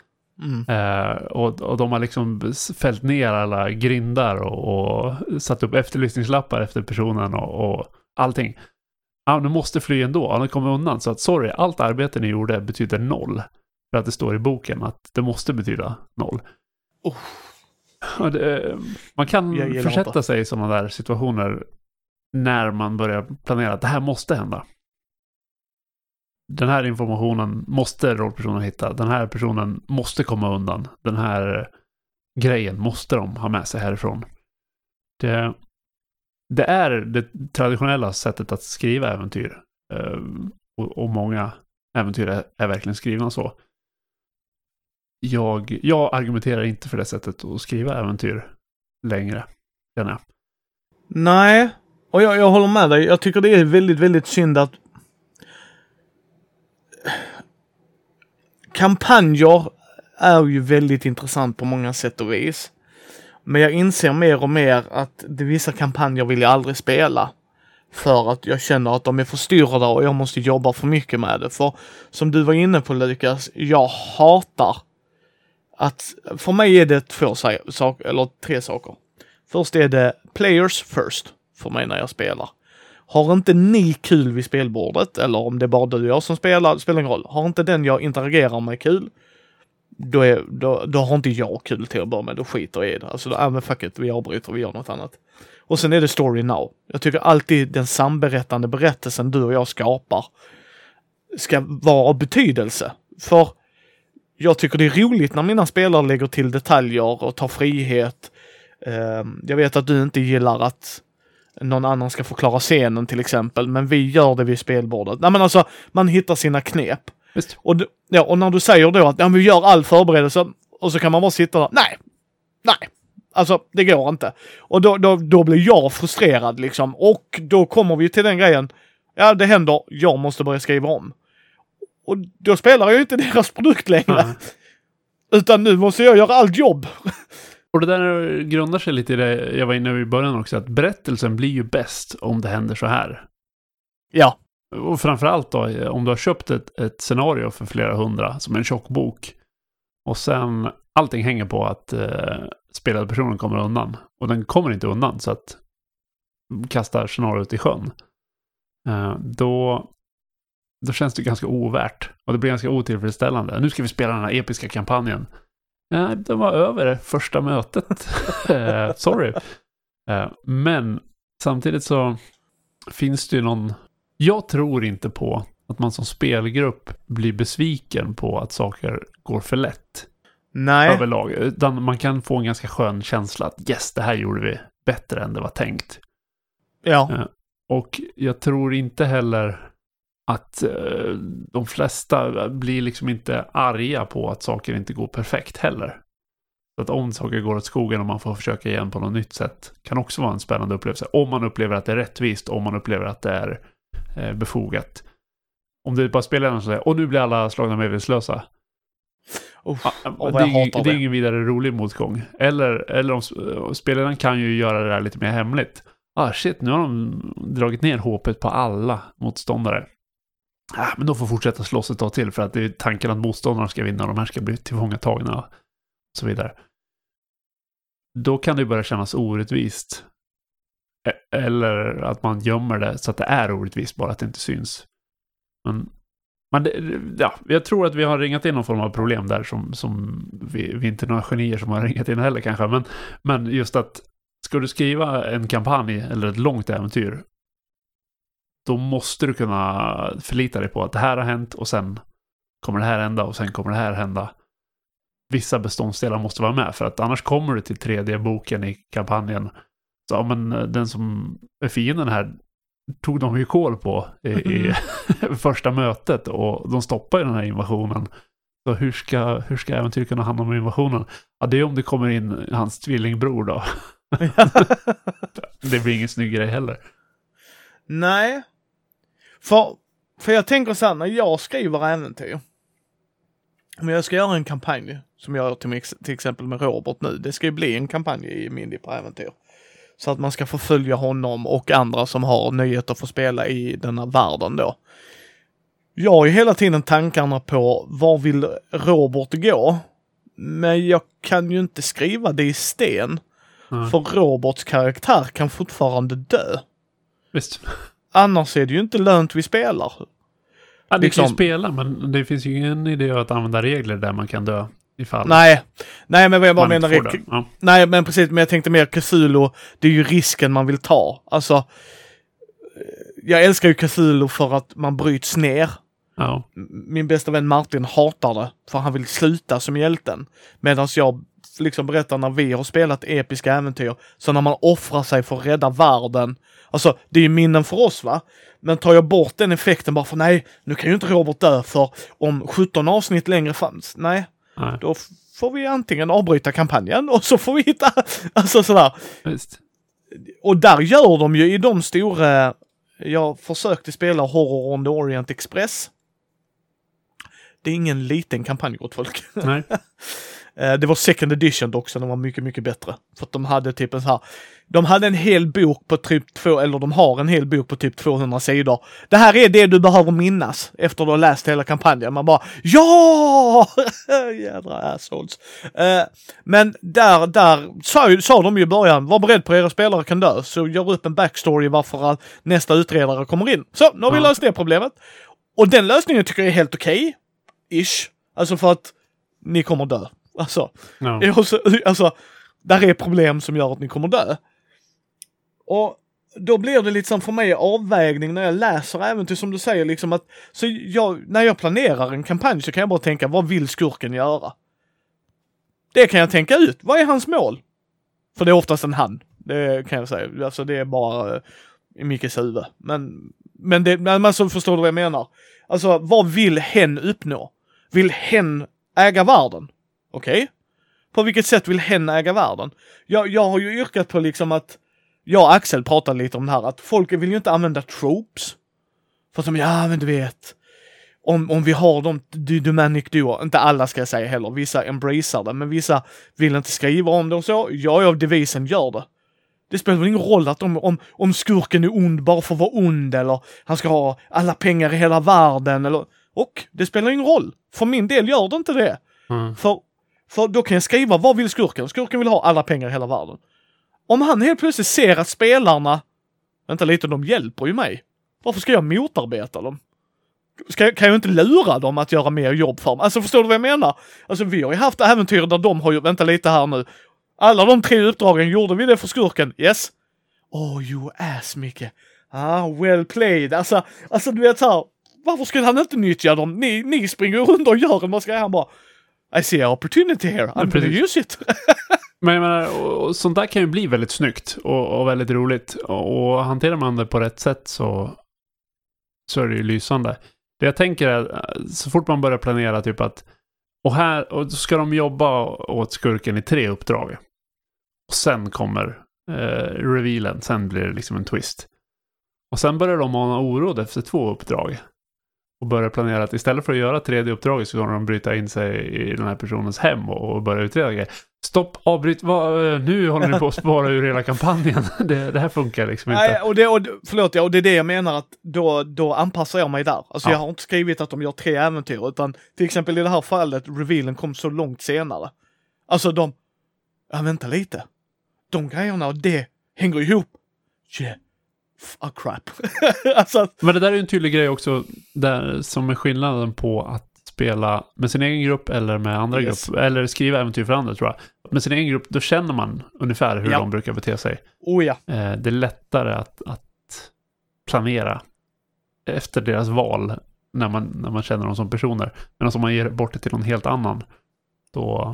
Och de har liksom fällt ner alla grindar och satt upp efterlysningslappar efter personen och allting. Nu måste fly ändå. Han kommer undan. Så att sorry, allt arbete ni gjorde betyder 0. För att det står i boken att det måste betyda 0. Man kan försätta sig i sådana där situationer när man börjar planera att det här måste hända. Den här informationen måste rollpersonen hitta. Den här personen måste komma undan. Den här grejen måste de ha med sig härifrån. Det är det traditionella sättet att skriva äventyr. Och många äventyr är verkligen skrivna så. Jag argumenterar inte för det sättet att skriva äventyr längre. Nej, och jag håller med dig. Jag tycker det är väldigt, väldigt synd att kampanjer är ju väldigt intressant på många sätt och vis. Men jag inser mer och mer att vissa kampanjer vill jag aldrig spela. För att jag känner att de är förstyrda och jag måste jobba för mycket med det. För som du var inne på Lukas, jag hatar att för mig är det 3 saker. Först är det players first för mig när jag spelar. Har inte ni kul vid spelbordet, eller om det är bara du och jag som spelar ingen roll. Har inte den jag interagerar med kul, då har inte jag kul till att börja med. Då skiter jag i det. Alltså, men fuck it, vi avbryter, vi gör något annat. Och sen är det story now. Jag tycker alltid den samberättande berättelsen du och jag skapar ska vara av betydelse. För jag tycker det är roligt när mina spelare lägger till detaljer och tar frihet. Jag vet att du inte gillar att någon annan ska förklara scenen till exempel, men vi gör det vid spelbordet. Nej, men alltså, man hittar sina knep. Just. Och när du säger då att vi gör all förberedelse och så kan man bara sitta där. Nej. Alltså, det går inte. Och då blir jag frustrerad liksom. Och då kommer vi till den grejen. Ja, det händer. Jag måste börja skriva om. Och då spelar jag ju inte deras produkt längre. Utan nu måste jag göra allt jobb. Och det där grundar sig lite i det jag var inne i början också, att berättelsen blir ju bäst om det händer så här. Ja. Och framförallt då, om du har köpt ett scenario för flera hundra, som en tjock bok, och sen allting hänger på att spelade personen kommer undan. Och den kommer inte undan, så att kastar scenariot i sjön. Då känns det ganska ovärt. Och det blir ganska otillfredsställande. Nu ska vi spela den här episka kampanjen. Det var över första mötet. Sorry. Men samtidigt så finns det ju någon... Jag tror inte på att man som spelgrupp blir besviken på att saker går för lätt. Nej. Överlag. Utan man kan få en ganska skön känsla att yes, det här gjorde vi bättre än det var tänkt. Ja. Och jag tror inte heller att de flesta blir liksom inte arga på att saker inte går perfekt heller. Så att om saker går åt skogen och man får försöka igen på något nytt sätt kan också vara en spännande upplevelse. Om man upplever att det är rättvist, om man upplever att det är befogat. Om det är bara spelaren som säger, och nu blir alla slagna medvetslösa. Det är ingen vidare rolig motgång. Eller om spelaren kan ju göra det där lite mer hemligt. Shit, nu har de dragit ner hoppet på alla motståndare. Men de får fortsätta slåss ett tag till, för att det är tanken att motståndarna ska vinna och de här ska bli tillfångatagna och så vidare. Då kan det ju börja kännas orättvist. Eller att man gömmer det så att det är orättvist, bara att det inte syns. Jag tror att vi har ringat in någon form av problem där som vi inte är några genier som har ringat in heller kanske. Men just att ska du skriva en kampanj eller ett långt äventyr, då måste du kunna förlita dig på att det här har hänt och sen kommer det här hända och sen kommer det här hända. Vissa beståndsdelar måste vara med, för att annars kommer du till 3D-boken i kampanjen. Så men den som är fienden här tog de ju koll på i första mötet, och de stoppar den här invasionen. Så hur ska äventyr kunna handla om invasionen? Ja, det är om det kommer in hans tvillingbror då. Det blir ingen snygg grej heller. Nej. För jag tänker så här, när jag skriver äventyr, om jag ska göra en kampanj som jag gör till exempel med Robert nu, det ska ju bli en kampanj i Mindy på äventyr. Så att man ska förfölja honom och andra som har nöjet att få spela i den här världen då. Jag har ju hela tiden tankarna på var vill Robert gå? Men jag kan ju inte skriva det i sten. För Roberts karaktär kan fortfarande dö. Visst. Annars är det ju inte lönt vi spelar. Ja, det kan ju spela, men det finns ju ingen idé att använda regler där man kan dö ifall. Nej, men vad jag bara menar är... Ja. Nej, men precis, men jag tänkte mer Cthulhu, det är ju risken man vill ta. Alltså, jag älskar ju Cthulhu för att man bryts ner. Ja. Min bästa vän Martin hatar det, för han vill sluta som hjälten. Medan jag liksom berättar när vi har spelat episka äventyr, så när man offrar sig för att rädda världen, alltså det är ju minnen för oss, va? Men tar jag bort den effekten bara för nej, nu kan ju inte Robert dö för om 17 avsnitt längre fanns. Nej. Då får vi antingen avbryta kampanjen och så får vi hitta, alltså sådär. Just. Och där gör de ju i de stora, jag försökte spela Horror on the Orient Express. Det är ingen liten kampanj, gott folk. Nej. Det var second edition dock, så den var mycket, mycket bättre. För att de hade typ en så här, de hade en hel bok på typ de har en hel bok på typ 200 sidor. Det här är det du behöver minnas efter du har läst hela kampanjen. Man bara, ja! Jädra assholes. Men där sa de ju i början, var beredd på att era spelare kan dö. Så gör upp en backstory varför nästa utredare kommer in. Så, nu har vi löst det problemet. Och den lösningen tycker jag är helt okej. Ish. Alltså för att ni kommer dö. Alltså, där är problem som gör att ni kommer dö. Och då blir det liksom för mig avvägning när jag läser äventyr, som du säger, liksom att så när jag planerar en kampanj så kan jag bara tänka, vad vill skurken göra? Det kan jag tänka ut. Vad är hans mål? För det är oftast en han. Det kan jag säga. Alltså det är bara i Mickes huvud. Men så förstår du vad jag menar. Alltså, vad vill hen uppnå? Vill hen äga världen? Okej. På vilket sätt vill hen äga världen? Jag har ju yrkat på liksom att jag och Axel pratade lite om det här, att folk vill ju inte använda tropes. För som, ja men du vet, om vi har de Dynamic Duo, inte alla ska jag säga heller, vissa embracear det, men vissa vill inte skriva om det och så. Jag av devisen gör det. Det spelar väl ingen roll att om skurken är ond bara för att vara ond, eller han ska ha alla pengar i hela världen, eller, och det spelar ingen roll. För min del gör det inte det. För då kan jag skriva, vad vill skurken? Skurken vill ha alla pengar i hela världen. Om han helt plötsligt ser att spelarna, vänta lite, de hjälper ju mig. Varför ska jag motarbeta dem? Kan jag inte lura dem att göra mer jobb för mig? Alltså förstår du vad jag menar? Alltså vi har ju haft äventyr där de har ju, vänta lite här nu. Alla de 3 uppdragen gjorde vi det för skurken. Yes. Oh, you ass, Micke. Well played. Alltså du vet så här, varför skulle han inte nyttja dem? Ni springer runt och gör en massa, han bara, I see an opportunity here. I'm gonna use it. Men jag menar, och sånt där kan ju bli väldigt snyggt och väldigt roligt. Och hanterar man det på rätt sätt så är det ju lysande. Det jag tänker är, så fort man börjar planera typ att och ska de jobba åt skurken i 3 uppdrag. Och sen kommer revealen, sen blir det liksom en twist. Och sen börjar de ha orodd efter 2 uppdrag. Och börjar planera att istället för att göra 3:e uppdraget så kommer de bryta in sig i den här personens hem och börja utreda grejer. Stopp, avbryt, nu håller ni på att spara ur hela kampanjen. Det här funkar liksom inte. Nej, och det är det jag menar, att då anpassar jag mig där. Alltså jag har inte skrivit att de gör 3 äventyr, utan till exempel i det här fallet, revealen kom så långt senare. Alltså vänta lite. De grejerna och det hänger ihop. Yeah. Crap. Alltså, men det där är ju en tydlig grej också, där, som är skillnaden på att spela med sin egen grupp eller med andra grupp, eller skriva äventyr för andra, tror jag. Med sin egen grupp, då känner man ungefär hur de brukar bete sig. Det är lättare att planera efter deras val när man känner dem som personer. Men om man ger bort det till någon helt annan, då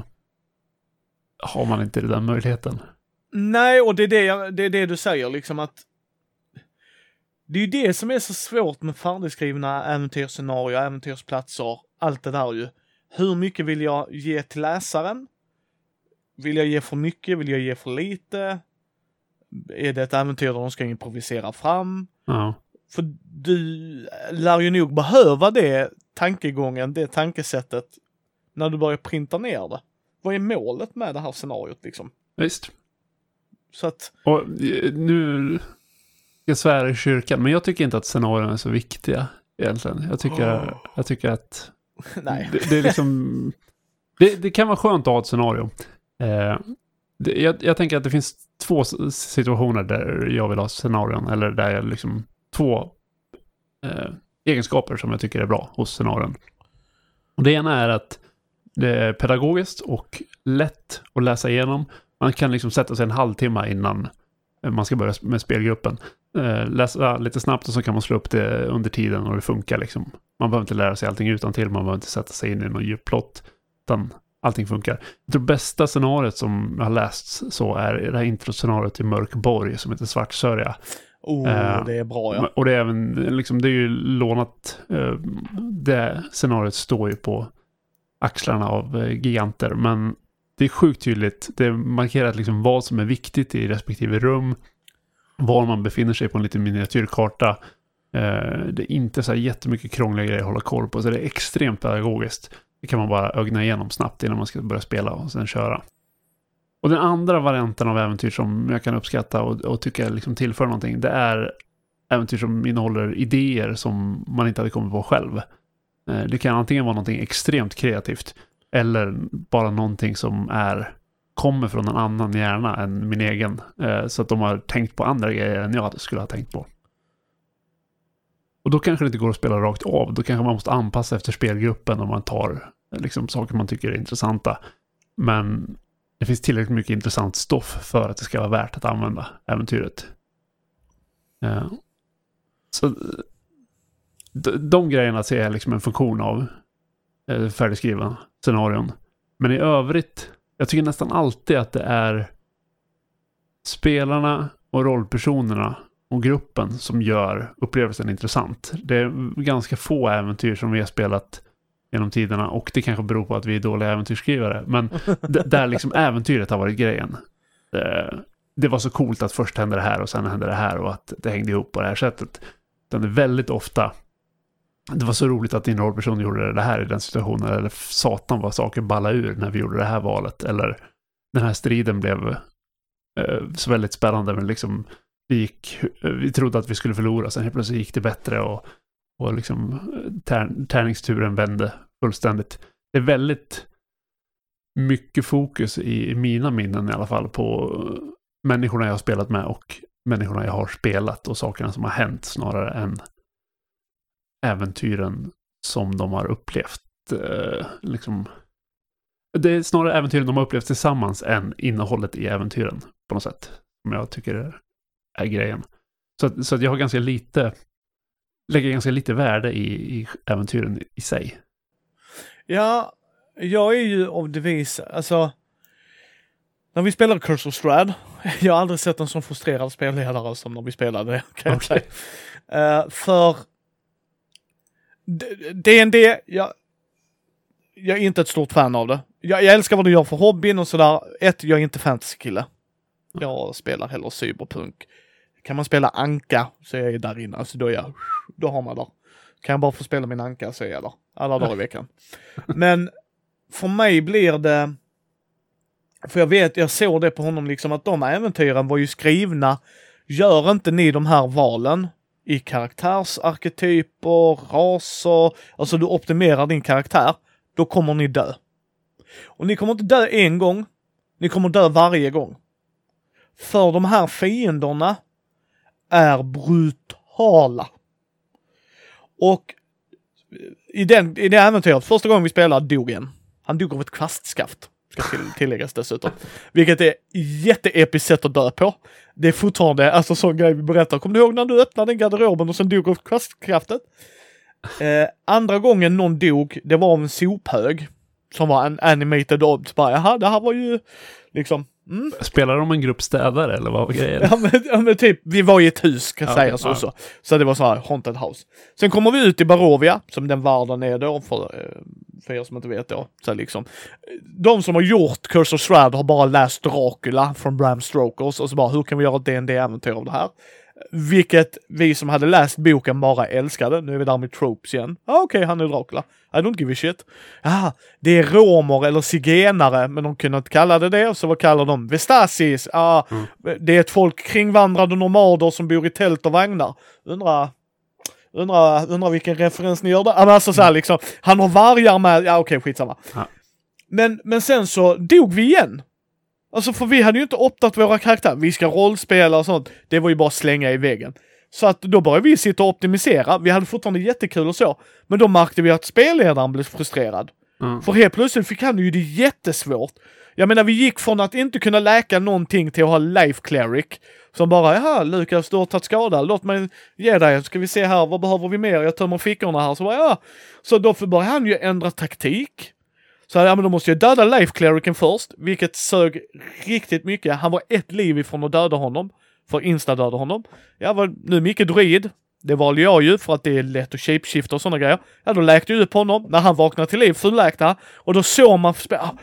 har man inte den möjligheten. Nej, och det är det du säger, liksom att det är ju det som är så svårt med färdigskrivna äventyrsscenarier, äventyrsplatser, allt det där ju. Hur mycket vill jag ge till läsaren? Vill jag ge för mycket? Vill jag ge för lite? Är det ett äventyr där de ska improvisera fram? Ja. För du lär ju nog behöva det tankegången, det tankesättet när du börjar printa ner det. Vad är målet med det här scenariot liksom? Visst. Så att... Och nu... Jag svär i kyrkan, men jag tycker inte att scenarierna är så viktiga egentligen. Jag tycker att nej. Det är liksom det kan vara skönt att ha ett scenario. Jag tänker att det finns 2 situationer där jag vill ha scenarion, eller där jag liksom 2 egenskaper som jag tycker är bra hos scenarion. Och det ena är att det är pedagogiskt och lätt att läsa igenom. Man kan liksom sätta sig en halvtimme innan man ska börja med spelgruppen. Läsa lite snabbt och så kan man slå upp det under tiden och det funkar liksom. Man behöver inte lära sig allting utan till, man behöver inte sätta sig in i någon djup plott, utan allting funkar. Jag tror bästa scenariot som jag har läst så är det här introscenariot till Mörkborg som heter Svartsörja. Det är bra, ja. Och det är även liksom, det är ju lånat, det scenariot står ju på axlarna av giganter, men det är sjukt tydligt. Det markerar liksom vad som är viktigt i respektive rum, var man befinner sig på en liten miniatyrkarta. Det är inte så här jättemycket krångliga grejer att hålla koll på, så det är extremt pedagogiskt. Det kan man bara ögna igenom snabbt innan man ska börja spela och sen köra. Och den andra varianten av äventyr som jag kan uppskatta och tycka liksom tillför någonting, det är äventyr som innehåller idéer som man inte hade kommit på själv. Det kan antingen vara någonting extremt kreativt eller bara någonting som kommer från en annan hjärna än min egen. Så att de har tänkt på andra grejer än jag skulle ha tänkt på. Och då kanske det inte går att spela rakt av. Då kanske man måste anpassa efter spelgruppen om man tar liksom saker man tycker är intressanta. Men det finns tillräckligt mycket intressant stoff för att det ska vara värt att använda äventyret. Så de grejerna ser jag liksom en funktion av färdigskrivna scenarion. Men i övrigt, jag tycker nästan alltid att det är spelarna och rollpersonerna och gruppen som gör upplevelsen intressant. Det är ganska få äventyr som vi har spelat genom tiderna, och det kanske beror på att vi är dåliga äventyrsskrivare, men där liksom äventyret har varit grejen. Det var så coolt att först hände det här och sen hände det här och att det hängde ihop på det här sättet. Den är väldigt ofta det var så roligt att din rollperson gjorde det här i den situationen, eller satan vad saker balla ur när vi gjorde det här valet, eller den här striden blev så väldigt spännande, men liksom vi trodde att vi skulle förlora, sen helt plötsligt gick det bättre och liksom tärningsturen vände fullständigt. Det är väldigt mycket fokus i mina minnen i alla fall på människorna jag har spelat med och människorna jag har spelat och sakerna som har hänt snarare än äventyren som de har upplevt. Liksom. Det är snarare äventyren de har upplevt tillsammans än innehållet i äventyren på något sätt, som jag tycker är grejen. Så att jag har lägger ganska lite värde i äventyren i sig. Ja, jag är ju av devis, alltså när vi spelade Curse of Strahd, jag har aldrig sett en sån frustrerad spelledare som när vi spelade det, kan jag säga. För D&D, jag är inte ett stort fan av det. Jag älskar vad du gör för hobbyn och sådär. Jag är inte fantasy-kille. Jag spelar hellre cyberpunk. Kan man spela anka så är jag där inne. Alltså då har man där. Kan jag bara få spela min anka så är jag där. Alla dagar i veckan. Men för mig blir det... För jag såg det på honom liksom att de äventyren var ju skrivna. Gör inte ni de här valen i karaktärsarketyper, raser, alltså du optimerar din karaktär, då kommer ni dö. Och ni kommer inte dö en gång, ni kommer dö varje gång. För de här fienderna är brutala. Och i det äventyret, första gången vi spelade dog en. Han dog av ett kvastskaft. Ska tilläggas dessutom. Vilket är jätteepiskt sätt att dö på. Det är fortfarande, alltså sån grej vi berättar. Kommer du ihåg när du öppnade den garderoben och sen dog av kvastkraftet? Andra gången någon dog, det var av en sophög. Som var en animated object. Jaha, det här var ju liksom... Spelar de en grupp städare eller vad var grejen? Ja men typ, vi var i ett hus kan jag säga så. Så det var så här haunted house. Sen kommer vi ut i Barovia, som den världen är då, för er som inte vet då. Så liksom, de som har gjort Curse of Strahd har bara läst Dracula från Bram Stokers och så bara, hur kan vi göra ett D&D-äventyr av det här? Vilket vi som hade läst boken bara älskade. Nu är vi där med tropes igen. Okej, han är Dracula. I don't give a shit. Det är romer eller zigenare, men de kunde inte kalla det. Så vad kallar de? Vestasis. Det är ett folk kringvandrande nomader som bor i tält och vagnar. Undrar vilken referens ni gör där. Alltså så här liksom. Han har vargar med. Okej, skitsamma. Ja. Men sen så dog vi igen. Alltså för vi hade ju inte optat våra karaktärer. Vi ska rollspela och sånt. Det var ju bara slänga i väggen. Så att då började vi sitta och optimisera. Vi hade fortfarande jättekul och så. Men då märkte vi att spelledaren blev frustrerad. För helt plötsligt fick han ju det jättesvårt. Jag menar, vi gick från att inte kunna läka någonting till att ha life cleric. Som bara, Lukas, du har tagit skada. Låt mig ge dig. Ska vi se här, vad behöver vi mer? Jag tömmer fickorna här. Så bara, Så då började han ju ändra taktik. Så men då måste jag döda life clericen först. Vilket sög riktigt mycket. Han var ett liv ifrån att döda honom. För insta-döda honom. Jag var nu mycket druid. Det valde jag ju för att det är lätt att shapeshifta och sådana grejer. Då läkte jag upp honom. När han vaknade till liv så läkte han. Och då såg man...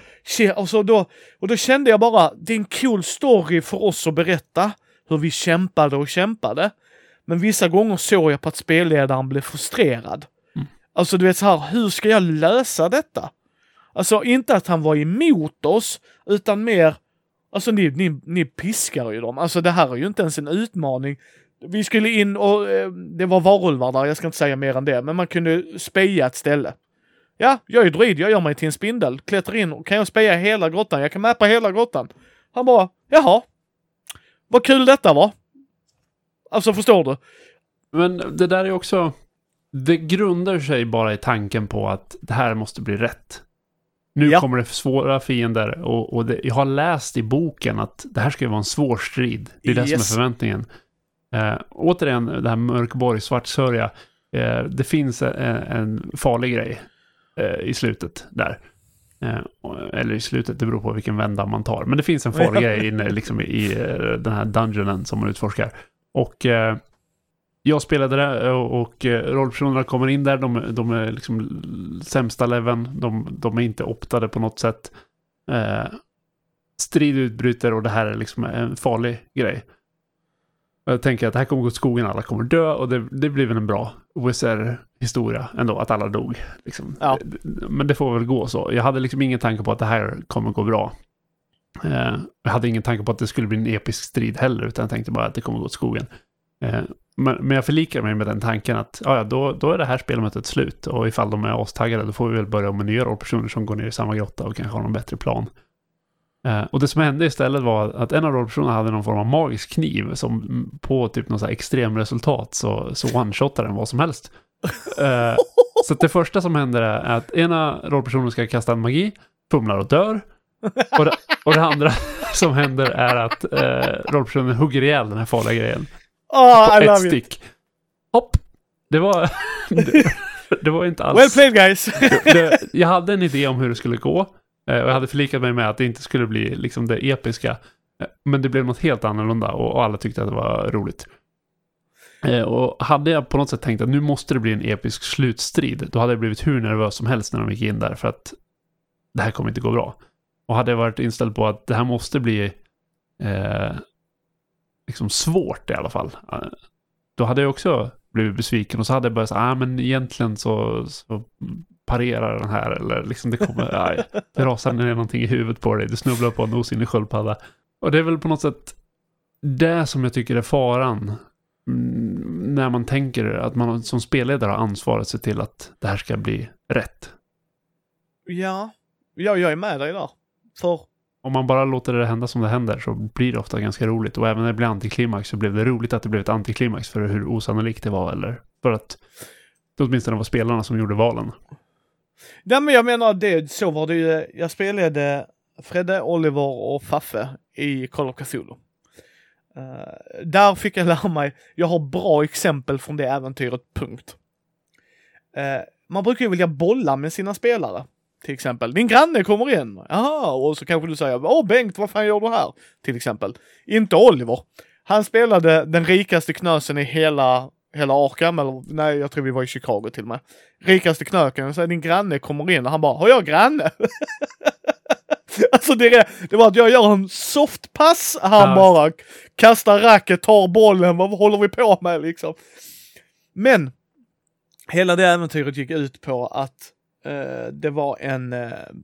Och då kände jag bara... Det är en cool story för oss att berätta. Hur vi kämpade. Men vissa gånger såg jag på att spelledaren blev frustrerad. Alltså du vet så här, hur ska jag lösa detta? Alltså inte att han var emot oss, utan mer, alltså ni piskar ju dem. Alltså det här är ju inte ens en utmaning. Vi skulle in och det var varulvar där, jag ska inte säga mer än det, men man kunde speja ett ställe. Ja, jag är druid, jag gör mig till en spindel, klättrar in och kan jag speja hela grottan, jag kan mappa hela grottan. Han bara, jaha, vad kul detta var. Alltså förstår du? Men det där är också, det grundar sig bara i tanken på att det här måste bli rätt. Nu kommer det svåra fiender och jag har läst i boken att det här ska ju vara en svår strid. Det är det som är förväntningen. Återigen, det här Mörkborg, Svartsörja. Det finns en farlig grej i slutet där. Eller i slutet, det beror på vilken vända man tar. Men det finns en farlig grej inne liksom, i den här dungeonen som man utforskar. Och jag spelade det och rollpersonerna kommer in där. De är liksom sämsta leveln. De är inte optade på något sätt. Strid utbryter och det här är liksom en farlig grej. Jag tänker att det här kommer gå åt skogen, alla kommer dö och det blir väl en bra Wizard-historia ändå, att alla dog. Liksom. Ja. Men det får väl gå så. Jag hade liksom ingen tanke på att det här kommer gå bra. Jag hade ingen tanke på att det skulle bli en episk strid heller, utan jag tänkte bara att det kommer gå åt skogen. Men jag förlikar mig med den tanken att då är det här spelmötet slut, och ifall de är astaggade då får vi väl börja med nya rollpersoner som går ner i samma grotta och kanske har någon bättre plan. Och det som hände istället var att en av rollpersonerna hade någon form av magisk kniv som på typ någon så här extrem resultat så one-shotar den vad som helst. Så att det första som händer är att ena rollpersonen ska kasta en magi, fumlar och dör. Och det andra som händer är att rollpersonen hugger ihjäl den här farliga grejen. I love stick. It. Hopp. Det var det var inte alls. Well played, guys. Jag hade en idé om hur det skulle gå. Och jag hade förlikat mig med att det inte skulle bli liksom det episka. Men det blev något helt annorlunda, och alla tyckte att det var roligt. Och hade jag på något sätt tänkt att nu måste det bli en episk slutstrid, då hade jag blivit hur nervös som helst när de gick in där, för att det här kommer inte gå bra. Och hade jag varit inställd på att det här måste bli liksom svårt i alla fall, då hade jag också blivit besviken, och så hade jag börjat säga, men egentligen så parerar den här, eller liksom det kommer, det rasar ner någonting i huvudet på dig, du snubblar på en osynlig sköldpadda. Och det är väl på något sätt det som jag tycker är faran när man tänker att man som spelledare har ansvaret att se till att det här ska bli rätt. Ja, jag är med dig där. För om man bara låter det hända som det händer så blir det ofta ganska roligt, och även när det blir antiklimax så blev det roligt att det blev ett antiklimax för hur osannolikt det var, eller för att det åtminstone var spelarna som gjorde valen. Ja, men jag menar, så var det ju. Jag spelade Fredde, Oliver och Faffe i Call of Cthulhu. Där fick jag lära mig, jag har bra exempel från det äventyret, punkt. Man brukar ju vilja bolla med sina spelare. Till exempel, din granne kommer in. Jaha, och så kanske du säger, Bengt, vad fan gör du här? Till exempel. Inte Oliver. Han spelade den rikaste knösen i hela Arkham, eller nej, jag tror vi var i Chicago till och med. Rikaste knöken, så din granne kommer in och han bara, har jag granne? Alltså det var att jag gör en softpass, han bara kastar racket, tar bollen, vad håller vi på med liksom? Men hela det äventyret gick ut på att det var en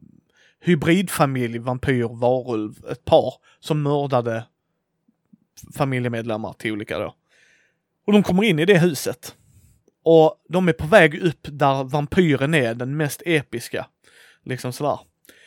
hybridfamilj, vampyr, varulv, ett par som mördade familjemedlemmar till olika då. Och de kommer in i det huset. Och de är på väg upp där vampyren är den mest episka. Liksom sådär.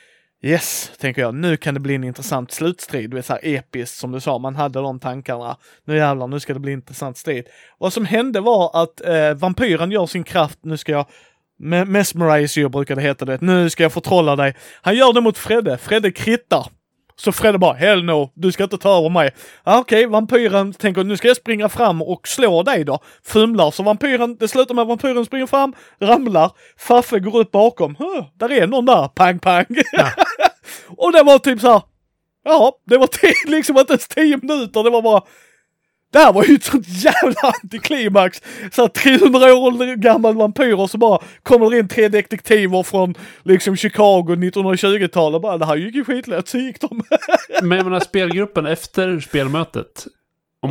Yes, tänker jag. Nu kan det bli en intressant slutstrid. Det är så här episkt som du sa. Man hade de tankarna. Nu jävlar, nu ska det bli en intressant strid. Vad som hände var att vampyren gör sin kraft. Nu ska jag mesmerize you, brukar det heta det. Nu ska jag förtrolla dig. Han gör det mot Fredde. Fredde krittar. Så Fredde bara, hell no, du ska inte ta över mig. Okej, vampyren tänker, nu ska jag springa fram och slå dig då. Fumlar, så det slutar med att vampyren springer fram, ramlar. Faffe går upp bakom. Där är någon där, pang, pang. Ja. Och det var typ så här, det var liksom inte ens 10 minuter, det var bara, det här var ju ett sånt jävla antiklimax. Så 300 år gammal vampyr, och så bara kommer det in 3 detektiver från liksom Chicago 1920-talet. Bara, det här gick ju skitlätt, så gick de. Men jag menar, spelgruppen efter spelmötet, om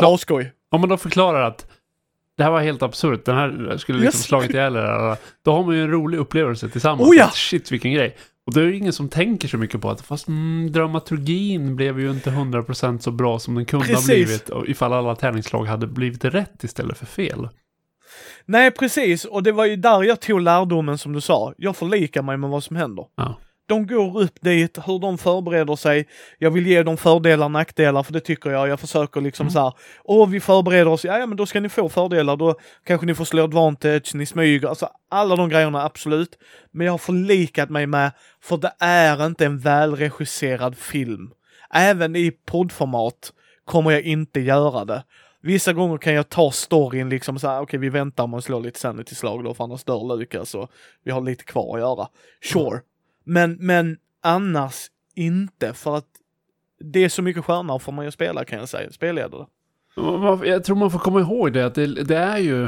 man då förklarar att det här var helt absurt, den här skulle liksom slagit ihjäl det, då har man ju en rolig upplevelse tillsammans. Shit, vilken grej. Och det är ju ingen som tänker så mycket på att fast dramaturgin blev ju inte 100% så bra som den kunde ha blivit, och ifall alla tärningsslag hade blivit rätt istället för fel. Nej, precis. Och det var ju där jag tog lärdomen, som du sa. Jag förlikar mig med vad som händer. Ja. De går upp dit, hur de förbereder sig. Jag vill ge dem fördelar och nackdelar, för det tycker jag. Jag försöker liksom så här, vi förbereder oss. Ja, men då ska ni få fördelar. Då kanske ni får slå advantage, ni smyger. Alltså alla de grejerna, absolut. Men jag har förlikat mig med, för det är inte en välregisserad film. Även i poddformat kommer jag inte göra det. Vissa gånger kan jag ta storyn liksom så här, okej, vi väntar om att slå lite sanity-slag då, för annars dör Lukas, och vi har lite kvar att göra. Sure. Men annars inte, för att det är så mycket skärmar för man ju spela, kan jag säga, spelledare. Jag tror man får komma ihåg det, att det är ju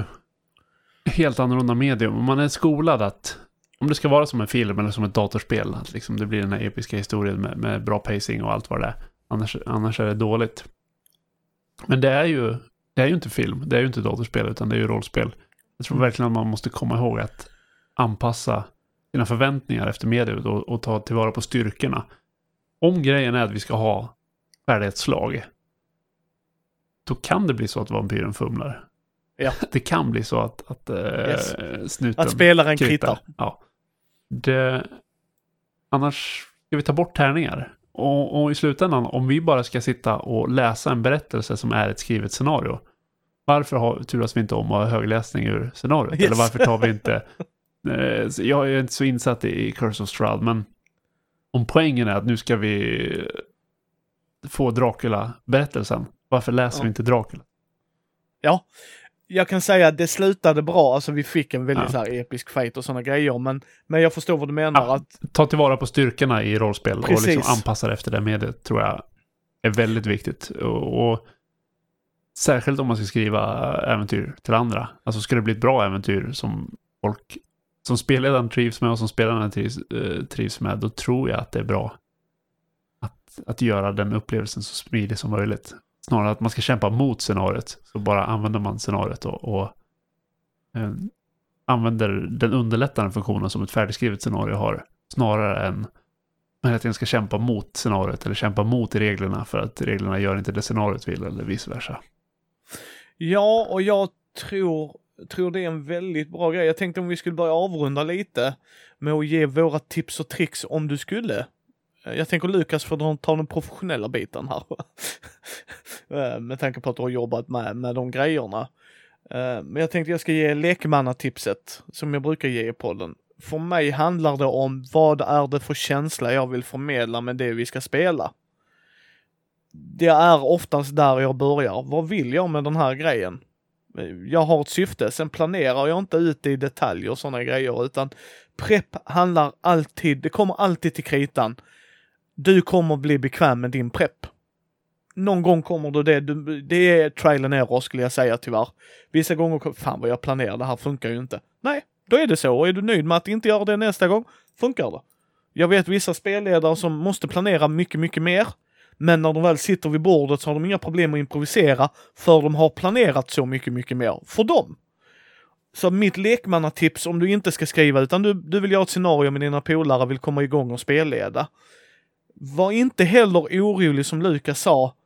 helt annorlunda medium. Man är skolad att om det ska vara som en film eller som ett datorspel, att liksom det blir den här episka historien med bra pacing och allt vad det är. Annars är det dåligt. Men det är ju inte film, det är ju inte datorspel, utan det är ju rollspel. Jag tror verkligen att man måste komma ihåg att anpassa sina förväntningar efter mediet och ta tillvara på styrkorna. Om grejen är att vi ska ha färdighetsslag, då kan det bli så att vampyren fumlar. Ja. Det kan bli så att snuten... Att spelaren kritar. Ja. Annars ska vi ta bort tärningar. Och i slutändan, om vi bara ska sitta och läsa en berättelse som är ett skrivet scenario, varför turas vi inte om att ha högläsning ur scenariot? Yes. Eller varför tar vi inte... jag är inte så insatt i Curse of Strahd, men om poängen är att nu ska vi få Dracula-berättelsen, varför läser vi inte Dracula? Ja, jag kan säga att det slutade bra. Alltså vi fick en väldigt så här episk fight och sådana grejer. Men jag förstår vad du menar. Att ta tillvara på styrkorna i rollspel. Precis. Och liksom anpassa det efter det mediet, tror jag är väldigt viktigt. Och särskilt om man ska skriva äventyr till andra. Alltså ska det bli ett bra äventyr som folk som spelledaren trivs med och som spelarna trivs med, då tror jag att det är bra att göra den upplevelsen så smidig som möjligt. Snarare att man ska kämpa mot scenariot, så bara använder man scenariot och använder den underlättande funktionen som ett färdigskrivet scenario har, snarare än att jag ska kämpa mot scenariot eller kämpa mot reglerna för att reglerna gör inte det scenariot vill eller vice versa. Ja, och jag tror det är en väldigt bra grej. Jag tänkte om vi skulle börja avrunda lite med att ge våra tips och tricks om du skulle. Jag tänker Lukas får ta den professionella biten här. Med tanke på att du har jobbat med de grejerna. Men jag tänkte jag ska ge lekmannatipset som jag brukar ge i podden. För mig handlar det om vad är det för känsla jag vill förmedla med det vi ska spela. Det är oftast där jag börjar. Vad vill jag med den här grejen? Jag har ett syfte, sen planerar jag inte ut i detaljer och sådana grejer, utan prepp handlar alltid, det kommer alltid till kritan. Du kommer bli bekväm med din prepp. Någon gång kommer du det är trial and error skulle jag säga tyvärr. Vissa gånger, fan vad jag planerar, det här funkar ju inte. Nej, då är det så. Och är du nöjd med att inte göra det nästa gång, funkar det. Jag vet vissa spelledare som måste planera mycket, mycket mer. Men när de väl sitter vid bordet så har de inga problem att improvisera, för de har planerat så mycket, mycket mer för dem. Så mitt lekmannatips, om du inte ska skriva utan du vill göra ett scenario med dina polare, vill komma igång och spelleda. Var inte heller orolig som Lukas sa.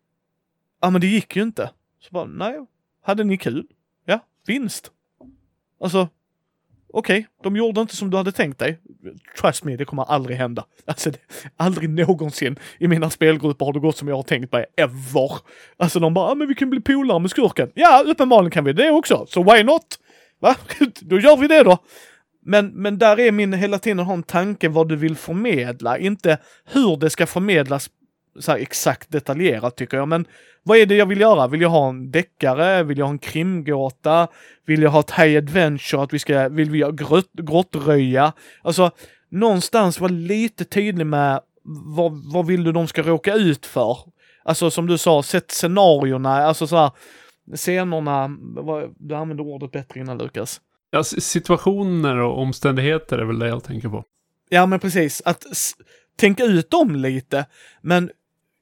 Ja, men det gick ju inte. Så bara, nej, hade ni kul? Ja, vinst. Alltså, okej, de gjorde inte som du hade tänkt dig. Trust me, det kommer aldrig hända. Alltså, aldrig någonsin i mina spelgrupper har det gått som jag har tänkt mig, ever. Alltså, de bara, men vi kan bli polare med skurken. Ja, uppenbarligen kan vi det också. Så why not? Va? Då gör vi det då. Men där är min hela tiden ha en tanke vad du vill förmedla. Inte hur det ska förmedlas så här exakt detaljerat tycker jag. Men vad är det jag vill göra? Vill jag ha en deckare? Vill jag ha en krimgåta? Vill jag ha ett high adventure? Vill vi ha grottröja? Alltså någonstans vara lite tydlig med vad vill du de ska råka ut för? Alltså som du sa, sätt scenarierna. Alltså så här, scenerna. Du använder ordet bättre innan Lukas. Ja, situationer och omständigheter är väl det jag tänker på. Ja, men precis. Att tänka ut dem lite. Men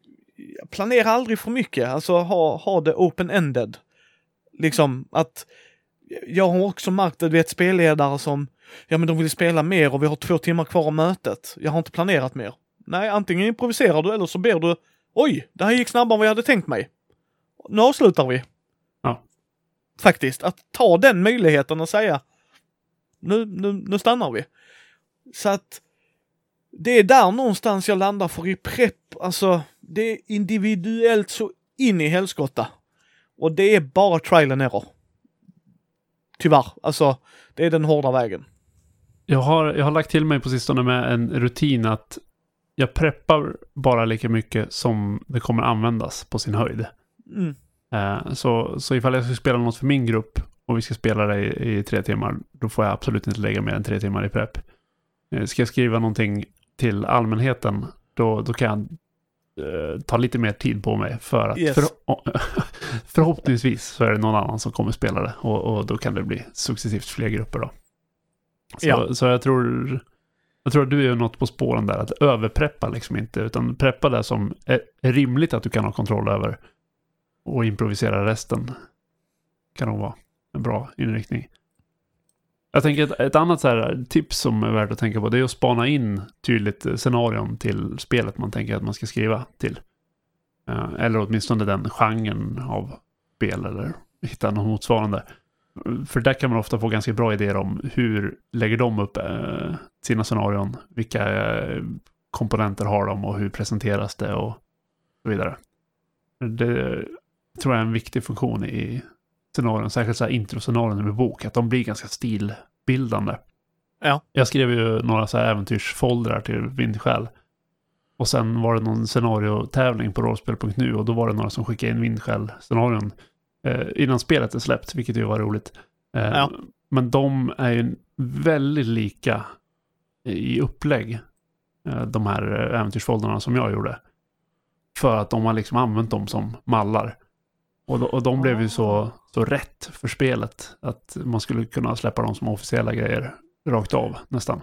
planera aldrig för mycket. Alltså ha det open-ended. Liksom att jag har också märkt att vi är ett spelledare som men de vill spela mer och vi har 2 timmar kvar av mötet. Jag har inte planerat mer. Nej, antingen improviserar du eller så ber du oj, det här gick snabbare än vad jag hade tänkt mig. Nu avslutar vi. Ja. Faktiskt, att ta den möjligheten och säga nu stannar vi. Så att det är där någonstans jag landar för i prepp. Alltså, det är individuellt så in i helskotta. Och det är bara trial and error. Tyvärr, alltså det är den hårda vägen. Jag har lagt till mig på sistone med en rutin att jag preppar bara lika mycket som det kommer användas på sin höjd. Mm. Så ifall jag ska spela något för min grupp och vi ska spela det i 3 timmar, då får jag absolut inte lägga mer än 3 timmar i prepp. Ska jag skriva någonting till allmänheten, då kan jag ta lite mer tid på mig för att förhoppningsvis så är det någon annan som kommer spela det och då kan det bli successivt fler grupper då. Så jag tror att du är något på spåren där, att överpreppa liksom inte, utan preppa det som är rimligt att du kan ha kontroll över och improvisera resten kan nog vara en bra inriktning. Jag tänker ett annat så här tips som är värt att tänka på, det är att spana in tydligt scenarion till spelet man tänker att man ska skriva till. Eller åtminstone den genren av spel eller hitta något motsvarande. För där kan man ofta få ganska bra idéer om hur lägger de upp sina scenarion, vilka komponenter har de och hur presenteras det och så vidare. Det tror jag är en viktig funktion i scenarion, särskilt så här introscenarion med bok, att de blir ganska stilbildande. Ja. Jag skrev ju några så här äventyrsfoldrar till Vindskäl. Och sen var det någon scenariotävling på rollspel.nu och då var det några som skickade in Vindskäl-scenarion innan spelet är släppt, vilket ju var roligt. Ja. Men de är ju väldigt lika i upplägg, de här äventyrsfoldrarna som jag gjorde. För att de har liksom använt dem som mallar. Och de blev ju så rätt för spelet att man skulle kunna släppa dem som officiella grejer rakt av nästan.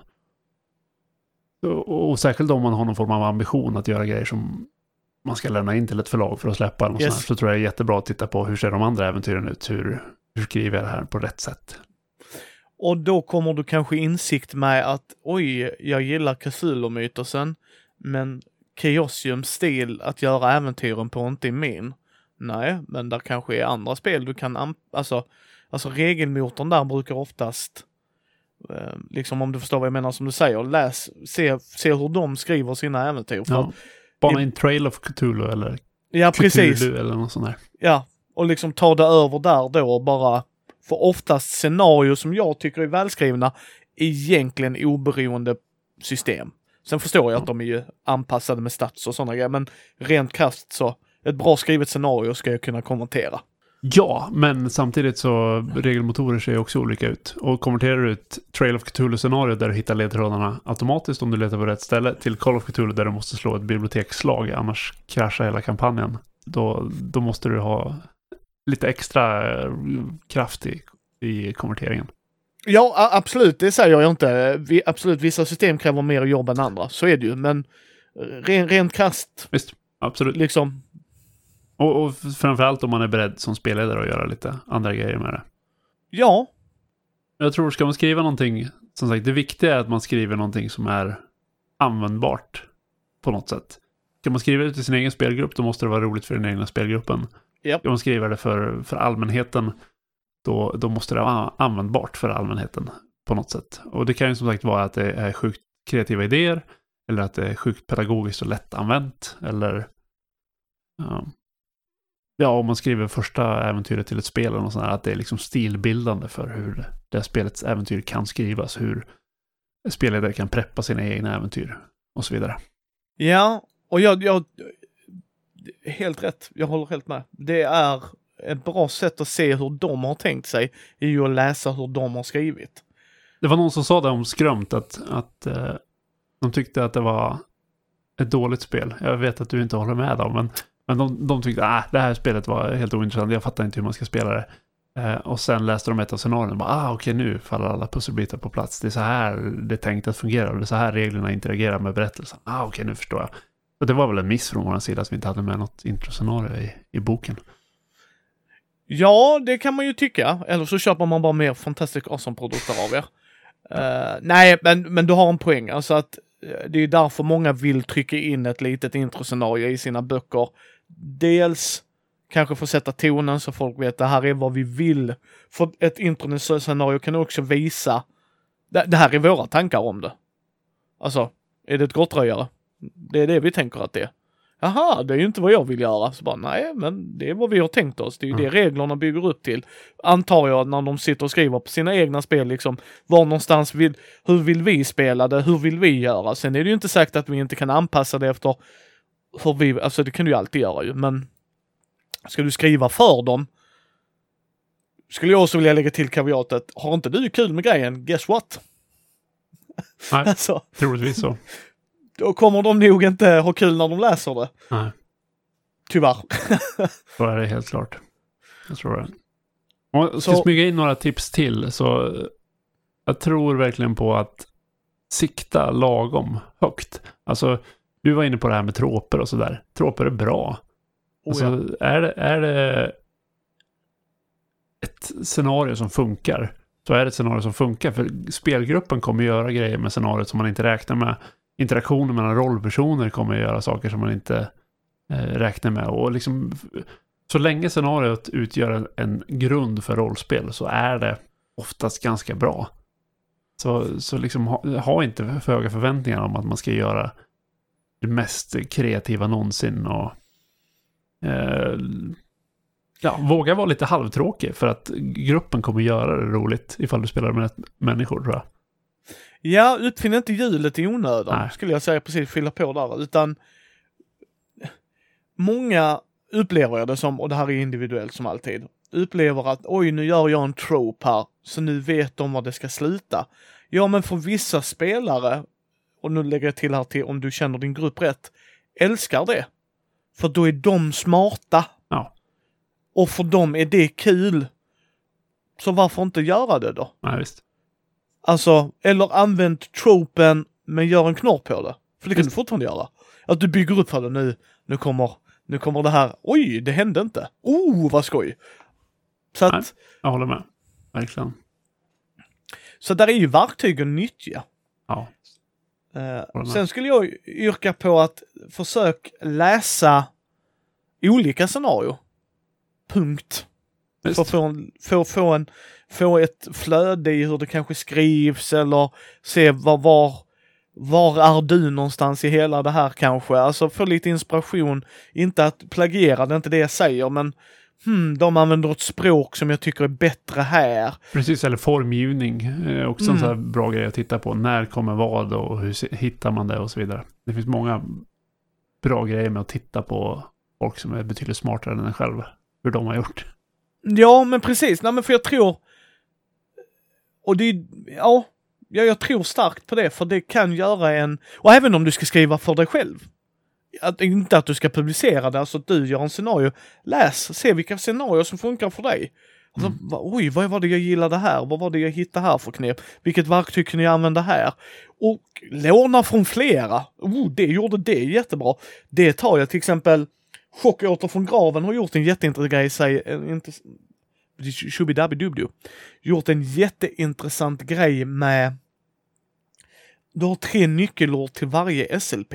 Och särskilt om man har någon form av ambition att göra grejer som man ska lämna in till ett förlag för att släppa eller Yes. så tror jag det är jättebra att titta på hur ser de andra äventyren ut, hur skriver jag det här på rätt sätt. Och då kommer du kanske insikt med att oj, jag gillar Cthulhu-mytosen, men Chaosiums stil att göra äventyren på inte är min. Nej, men där kanske är andra spel du kan alltså regelmotorn där brukar oftast liksom, om du förstår vad jag menar som du säger, se hur de skriver sina äventyr. För Ja, bara en Trail of Cthulhu eller ja, precis. Cthulhu eller något sånt där. Ja, och liksom ta det över där då och bara, för oftast scenario som jag tycker är välskrivna egentligen oberoende system. Sen förstår jag att de är ju anpassade med stats och sådana grejer, men rent krasst så ett bra skrivet scenario ska jag kunna konvertera. Ja, men samtidigt så regelmotorer ser ju också olika ut. Och konverterar du ett Trail of Cthulhu-scenario där du hittar ledtrådarna automatiskt om du letar på rätt ställe till Call of Cthulhu där du måste slå ett biblioteksslag, annars kraschar hela kampanjen. Då måste du ha lite extra kraft i konverteringen. Ja, absolut, det säger jag inte. Absolut, vissa system kräver mer jobb än andra. Så är det ju, men rent krasst. Visst, absolut. Liksom. Och framförallt om man är beredd som spelledare att göra lite andra grejer med det. Ja. Jag tror, ska man skriva någonting, som sagt, det viktiga är att man skriver någonting som är användbart på något sätt. Ska man skriva det till sin egen spelgrupp, då måste det vara roligt för den egna spelgruppen. Yep. Ska man skriva det för allmänheten, då måste det vara användbart för allmänheten på något sätt. Och det kan ju som sagt vara att det är sjukt kreativa idéer, eller att det är sjukt pedagogiskt och lättanvänt, eller om man skriver första äventyret till ett spel eller något sånt här, att det är liksom stilbildande för hur det spelets äventyr kan skrivas, hur spelledare kan preppa sina egna äventyr och så vidare. Ja, och jag helt rätt. Jag håller helt med. Det är ett bra sätt att se hur de har tänkt sig är ju att läsa hur de har skrivit. Det var någon som sa det om Skrömt att de tyckte att det var ett dåligt spel. Jag vet att du inte håller med dem, men de tyckte att det här spelet var helt ointressant. Jag fattar inte hur man ska spela det. Och sen läste de ett av scenarierna och bara, okej, nu faller alla pusselbitar på plats. Det är så här det är tänkt att fungera och det är så här reglerna interagerar med berättelsen. Okej, nu förstår jag. Och det var väl en miss från vår sida att vi inte hade med något introscenario i boken. Ja, det kan man ju tycka. Eller så köper man bara mer Fantastic Awesome-produkter av er. Nej, men du har en poäng. Alltså att det är därför många vill trycka in ett litet introscenario i sina böcker. Dels kanske få sätta tonen så folk vet att det här är vad vi vill. För ett introscenario kan också visa det här är våra tankar om det. Alltså, är det ett grottröjare? Det är det vi tänker att det är. Jaha, det är ju inte vad jag vill göra. Så bara, nej, men det är vad vi har tänkt oss. Det är ju det reglerna bygger upp till. Antar jag när de sitter och skriver på sina egna spel, liksom, var någonstans hur vill vi spela det? Hur vill vi göra? Sen är det ju inte sagt att vi inte kan anpassa det efter hur vi, alltså det kan du ju alltid göra ju, men ska du skriva för dem, skulle jag också vilja lägga till kaviatet, har inte du kul med grejen? Guess what? Nej, alltså, troligtvis så. Då kommer de nog inte ha kul när de läser det. Nej. Tyvärr. Så är det helt klart. Jag tror det. Och jag ska smyga in några tips till, så jag tror verkligen på att sikta lagom högt. Alltså, du var inne på det här med tråper och sådär. Tråper är bra. Alltså, är det ett scenario som funkar, så är det ett scenario som funkar. För spelgruppen kommer göra grejer med scenariot som man inte räknar med. Interaktioner mellan rollpersoner kommer göra saker som man inte räknar med. Och liksom, så länge scenariot utgör en grund för rollspel så är det oftast ganska bra. Så liksom ha inte för höga förväntningar om att man ska göra det mest kreativa någonsin och våga vara lite halvtråkig för att gruppen kommer göra det roligt ifall du spelar med människor, tror jag. Ja, uppfinn inte hjulet i onödan, skulle jag säga, precis fylla på där, utan många upplever det som, och det här är individuellt som alltid, upplever att oj, nu gör jag en trope här, så nu vet de var det ska sluta. Ja, men för vissa spelare, och nu lägger jag till här till om du känner din grupp rätt, älskar det. För då är de smarta. Ja. Och för dem är det kul. Så varför inte göra det då? Ja, visst. Alltså, eller använd tropen men gör en knorr på det. För det kan du fortfarande göra. Att du bygger upp för det nu kommer det här. Oj, det hände inte. Vad skoj. Så att, nej, jag håller med. Verkligen. Så där är ju verktygen nyttiga. Ja. Sen skulle jag yrka på att försök läsa olika scenarier. Punkt. För att få ett flöde i hur det kanske skrivs, eller se var är du någonstans i hela det här kanske. Alltså få lite inspiration. Inte att plagiera, det är inte det jag säger, men de använder ett språk som jag tycker är bättre här. Precis, eller formgivning. Också en sån här bra grej att titta på. När kommer vad och hur hittar man det och så vidare. Det finns många bra grejer med att titta på folk som är betydligt smartare än en själv. Hur de har gjort. Ja, men precis. Nej, men för jag tror... Och det... Ja, jag tror starkt på det. För det kan göra en... Och även om du ska skriva för dig själv. Inte att du ska publicera det, alltså att du gör en scenario. Läs, se vilka scenarier som funkar för dig. Alltså, oj, vad var det jag gillade här? Vad var det jag hittade här för knep? Vilket verktyg kan jag använda här? Och låna från flera. Det gjorde det jättebra. Det tar jag till exempel... Chockåter från graven har gjort en jätteintressant grej, gjort en jätteintressant grej med, du har 3 nyckelord till varje SLP.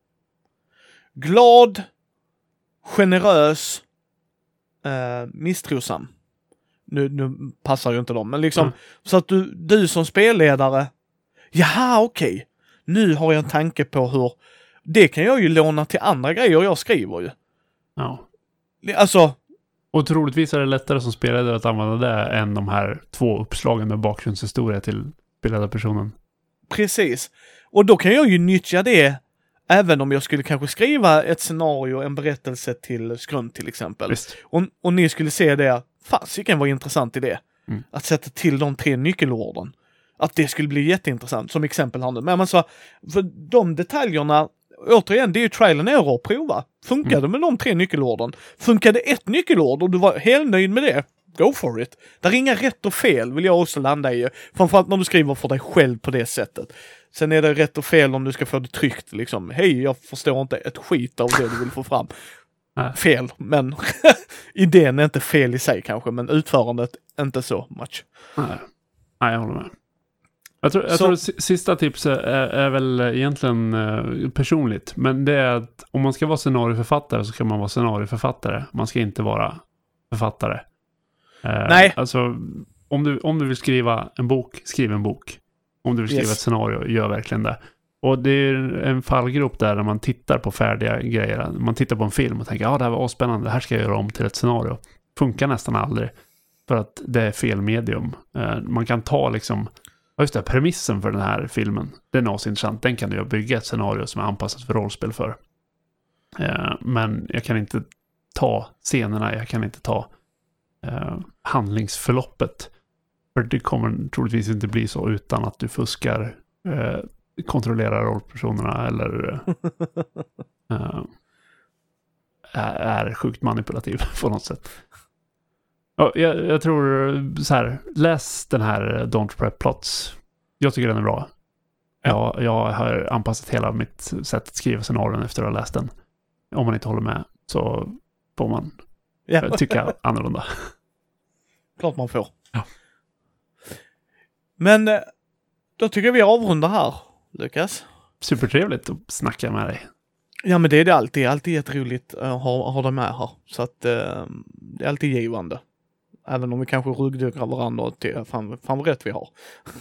Glad, generös, misstrosam. Nu passar ju inte dem, men liksom så att du som spelledare, jaha, okej. Nu har jag en tanke på hur, det kan jag ju låna till andra grejer jag skriver ju. Ja. Alltså... Och troligtvis är det lättare som spelledare att använda det än de här 2 uppslagen med bakgrundshistoria till spelledarpersonen. Precis. Och då kan jag ju nyttja det även om jag skulle kanske skriva ett scenario, en berättelse till Skrund till exempel. Och ni skulle se det, fasiken var intressant i det. Att sätta till de 3 nyckelorden. Att det skulle bli jätteintressant som exempel här nu. Men alltså, för de detaljerna, återigen, det är ju trial and error, prova. Funkade med de 3 nyckelorden? Funkade ett nyckelord och du var helt nöjd med det? Go for it. Där är inga rätt och fel, vill jag också landa i. Framförallt när du skriver för dig själv på det sättet. Sen är det rätt och fel om du ska få det tryckt. Liksom, hej, jag förstår inte ett skit av det du vill få fram. Fel, men idén är inte fel i sig kanske, men utförandet inte så much. Nej, jag håller med. Jag tror sista tipset är väl egentligen personligt. Men det är att om man ska vara scenarioförfattare så ska man vara scenarioförfattare. Man ska inte vara författare. Nej. Alltså, om du vill skriva en bok, skriv en bok. Om du vill skriva ett scenario, gör verkligen det. Och det är en fallgrop där när man tittar på färdiga grejer. Man tittar på en film och tänker, det här var avspännande, det här ska jag göra om till ett scenario. Funkar nästan aldrig. För att det är fel medium. Man kan ta liksom... Ja, just det, premissen för den här filmen, den är också intressant. Den kan du bygga ett scenario som är anpassat för rollspel för. Men jag kan inte ta scenerna, jag kan inte ta handlingsförloppet. För det kommer troligtvis inte bli så utan att du fuskar, kontrollerar rollpersonerna eller är sjukt manipulativ på något sätt. Ja, jag tror så här, läs den här Don't Prep Plots. Jag tycker den är bra. Jag har anpassat hela mitt sätt att skriva scenarion efter att ha läst den. Om man inte håller med så får man tycka annorlunda. Klart man får. Ja. Men då tycker jag vi avrundar här, Lukas. Supertrevligt att snacka med dig. Ja, men det är det alltid. Det är alltid jätteroligt att ha dig med här. Så att det är alltid givande. Även om vi kanske ruggdukar varandra till fan vad rätt vi har.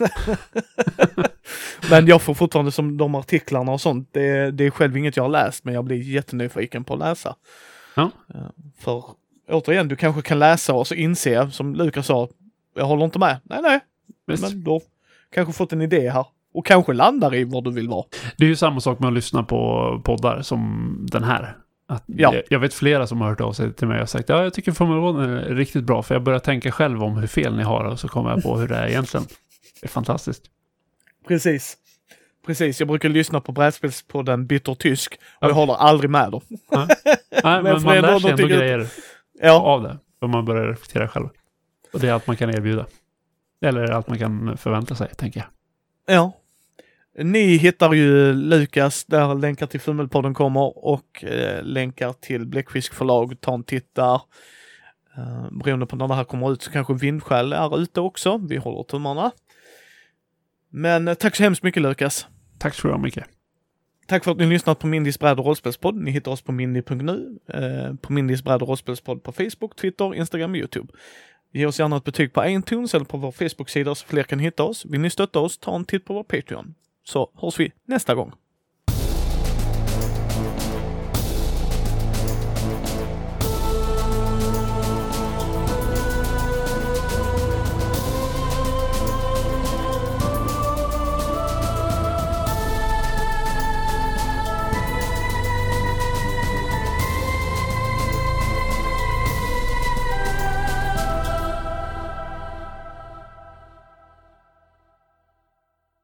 Men jag får fortfarande som de artiklarna och sånt. Det är själv inget jag har läst, men jag blir jättenyfiken på att läsa. Ja. För återigen, du kanske kan läsa och så inse, som Lukas sa, jag håller inte med. Nej. Visst. Men då kanske fått en idé här. Och kanske landar i vad du vill vara. Det är ju samma sak med att lyssna på poddar som den här. Jag vet flera som har hört av sig till mig och sagt jag tycker Formel 1 är riktigt bra för jag börjar tänka själv om hur fel ni har och så kommer jag på hur det är egentligen. Det är fantastiskt. Precis. Jag brukar lyssna på brädspelspodden Bitter Tysk och jag håller aldrig med dem. Nej, men man lär sig ändå grejer av det. För man börjar reflektera själv. Och det är allt man kan erbjuda. Eller allt man kan förvänta sig, tänker jag. Ja. Ni hittar ju Lukas där länkar till Fummelpodden kommer och länkar till Bläckfisk förlag. Ta en titt där. Beroende på när det här kommer ut så kanske Vindskäl är ute också. Vi håller tummarna. Men tack så hemskt mycket, Lukas. Tack så mycket. Tack för att ni lyssnat på Mindys bräd- och rollspelspodd. Ni hittar oss på mindy.nu, på Mindys bräd- och rollspelspodd på Facebook, Twitter, Instagram och YouTube. Ge oss gärna ett betyg på iTunes eller på vår Facebook-sida så fler kan hitta oss. Vill ni stötta oss, ta en titt på vår Patreon. Så hörs vi nästa gång.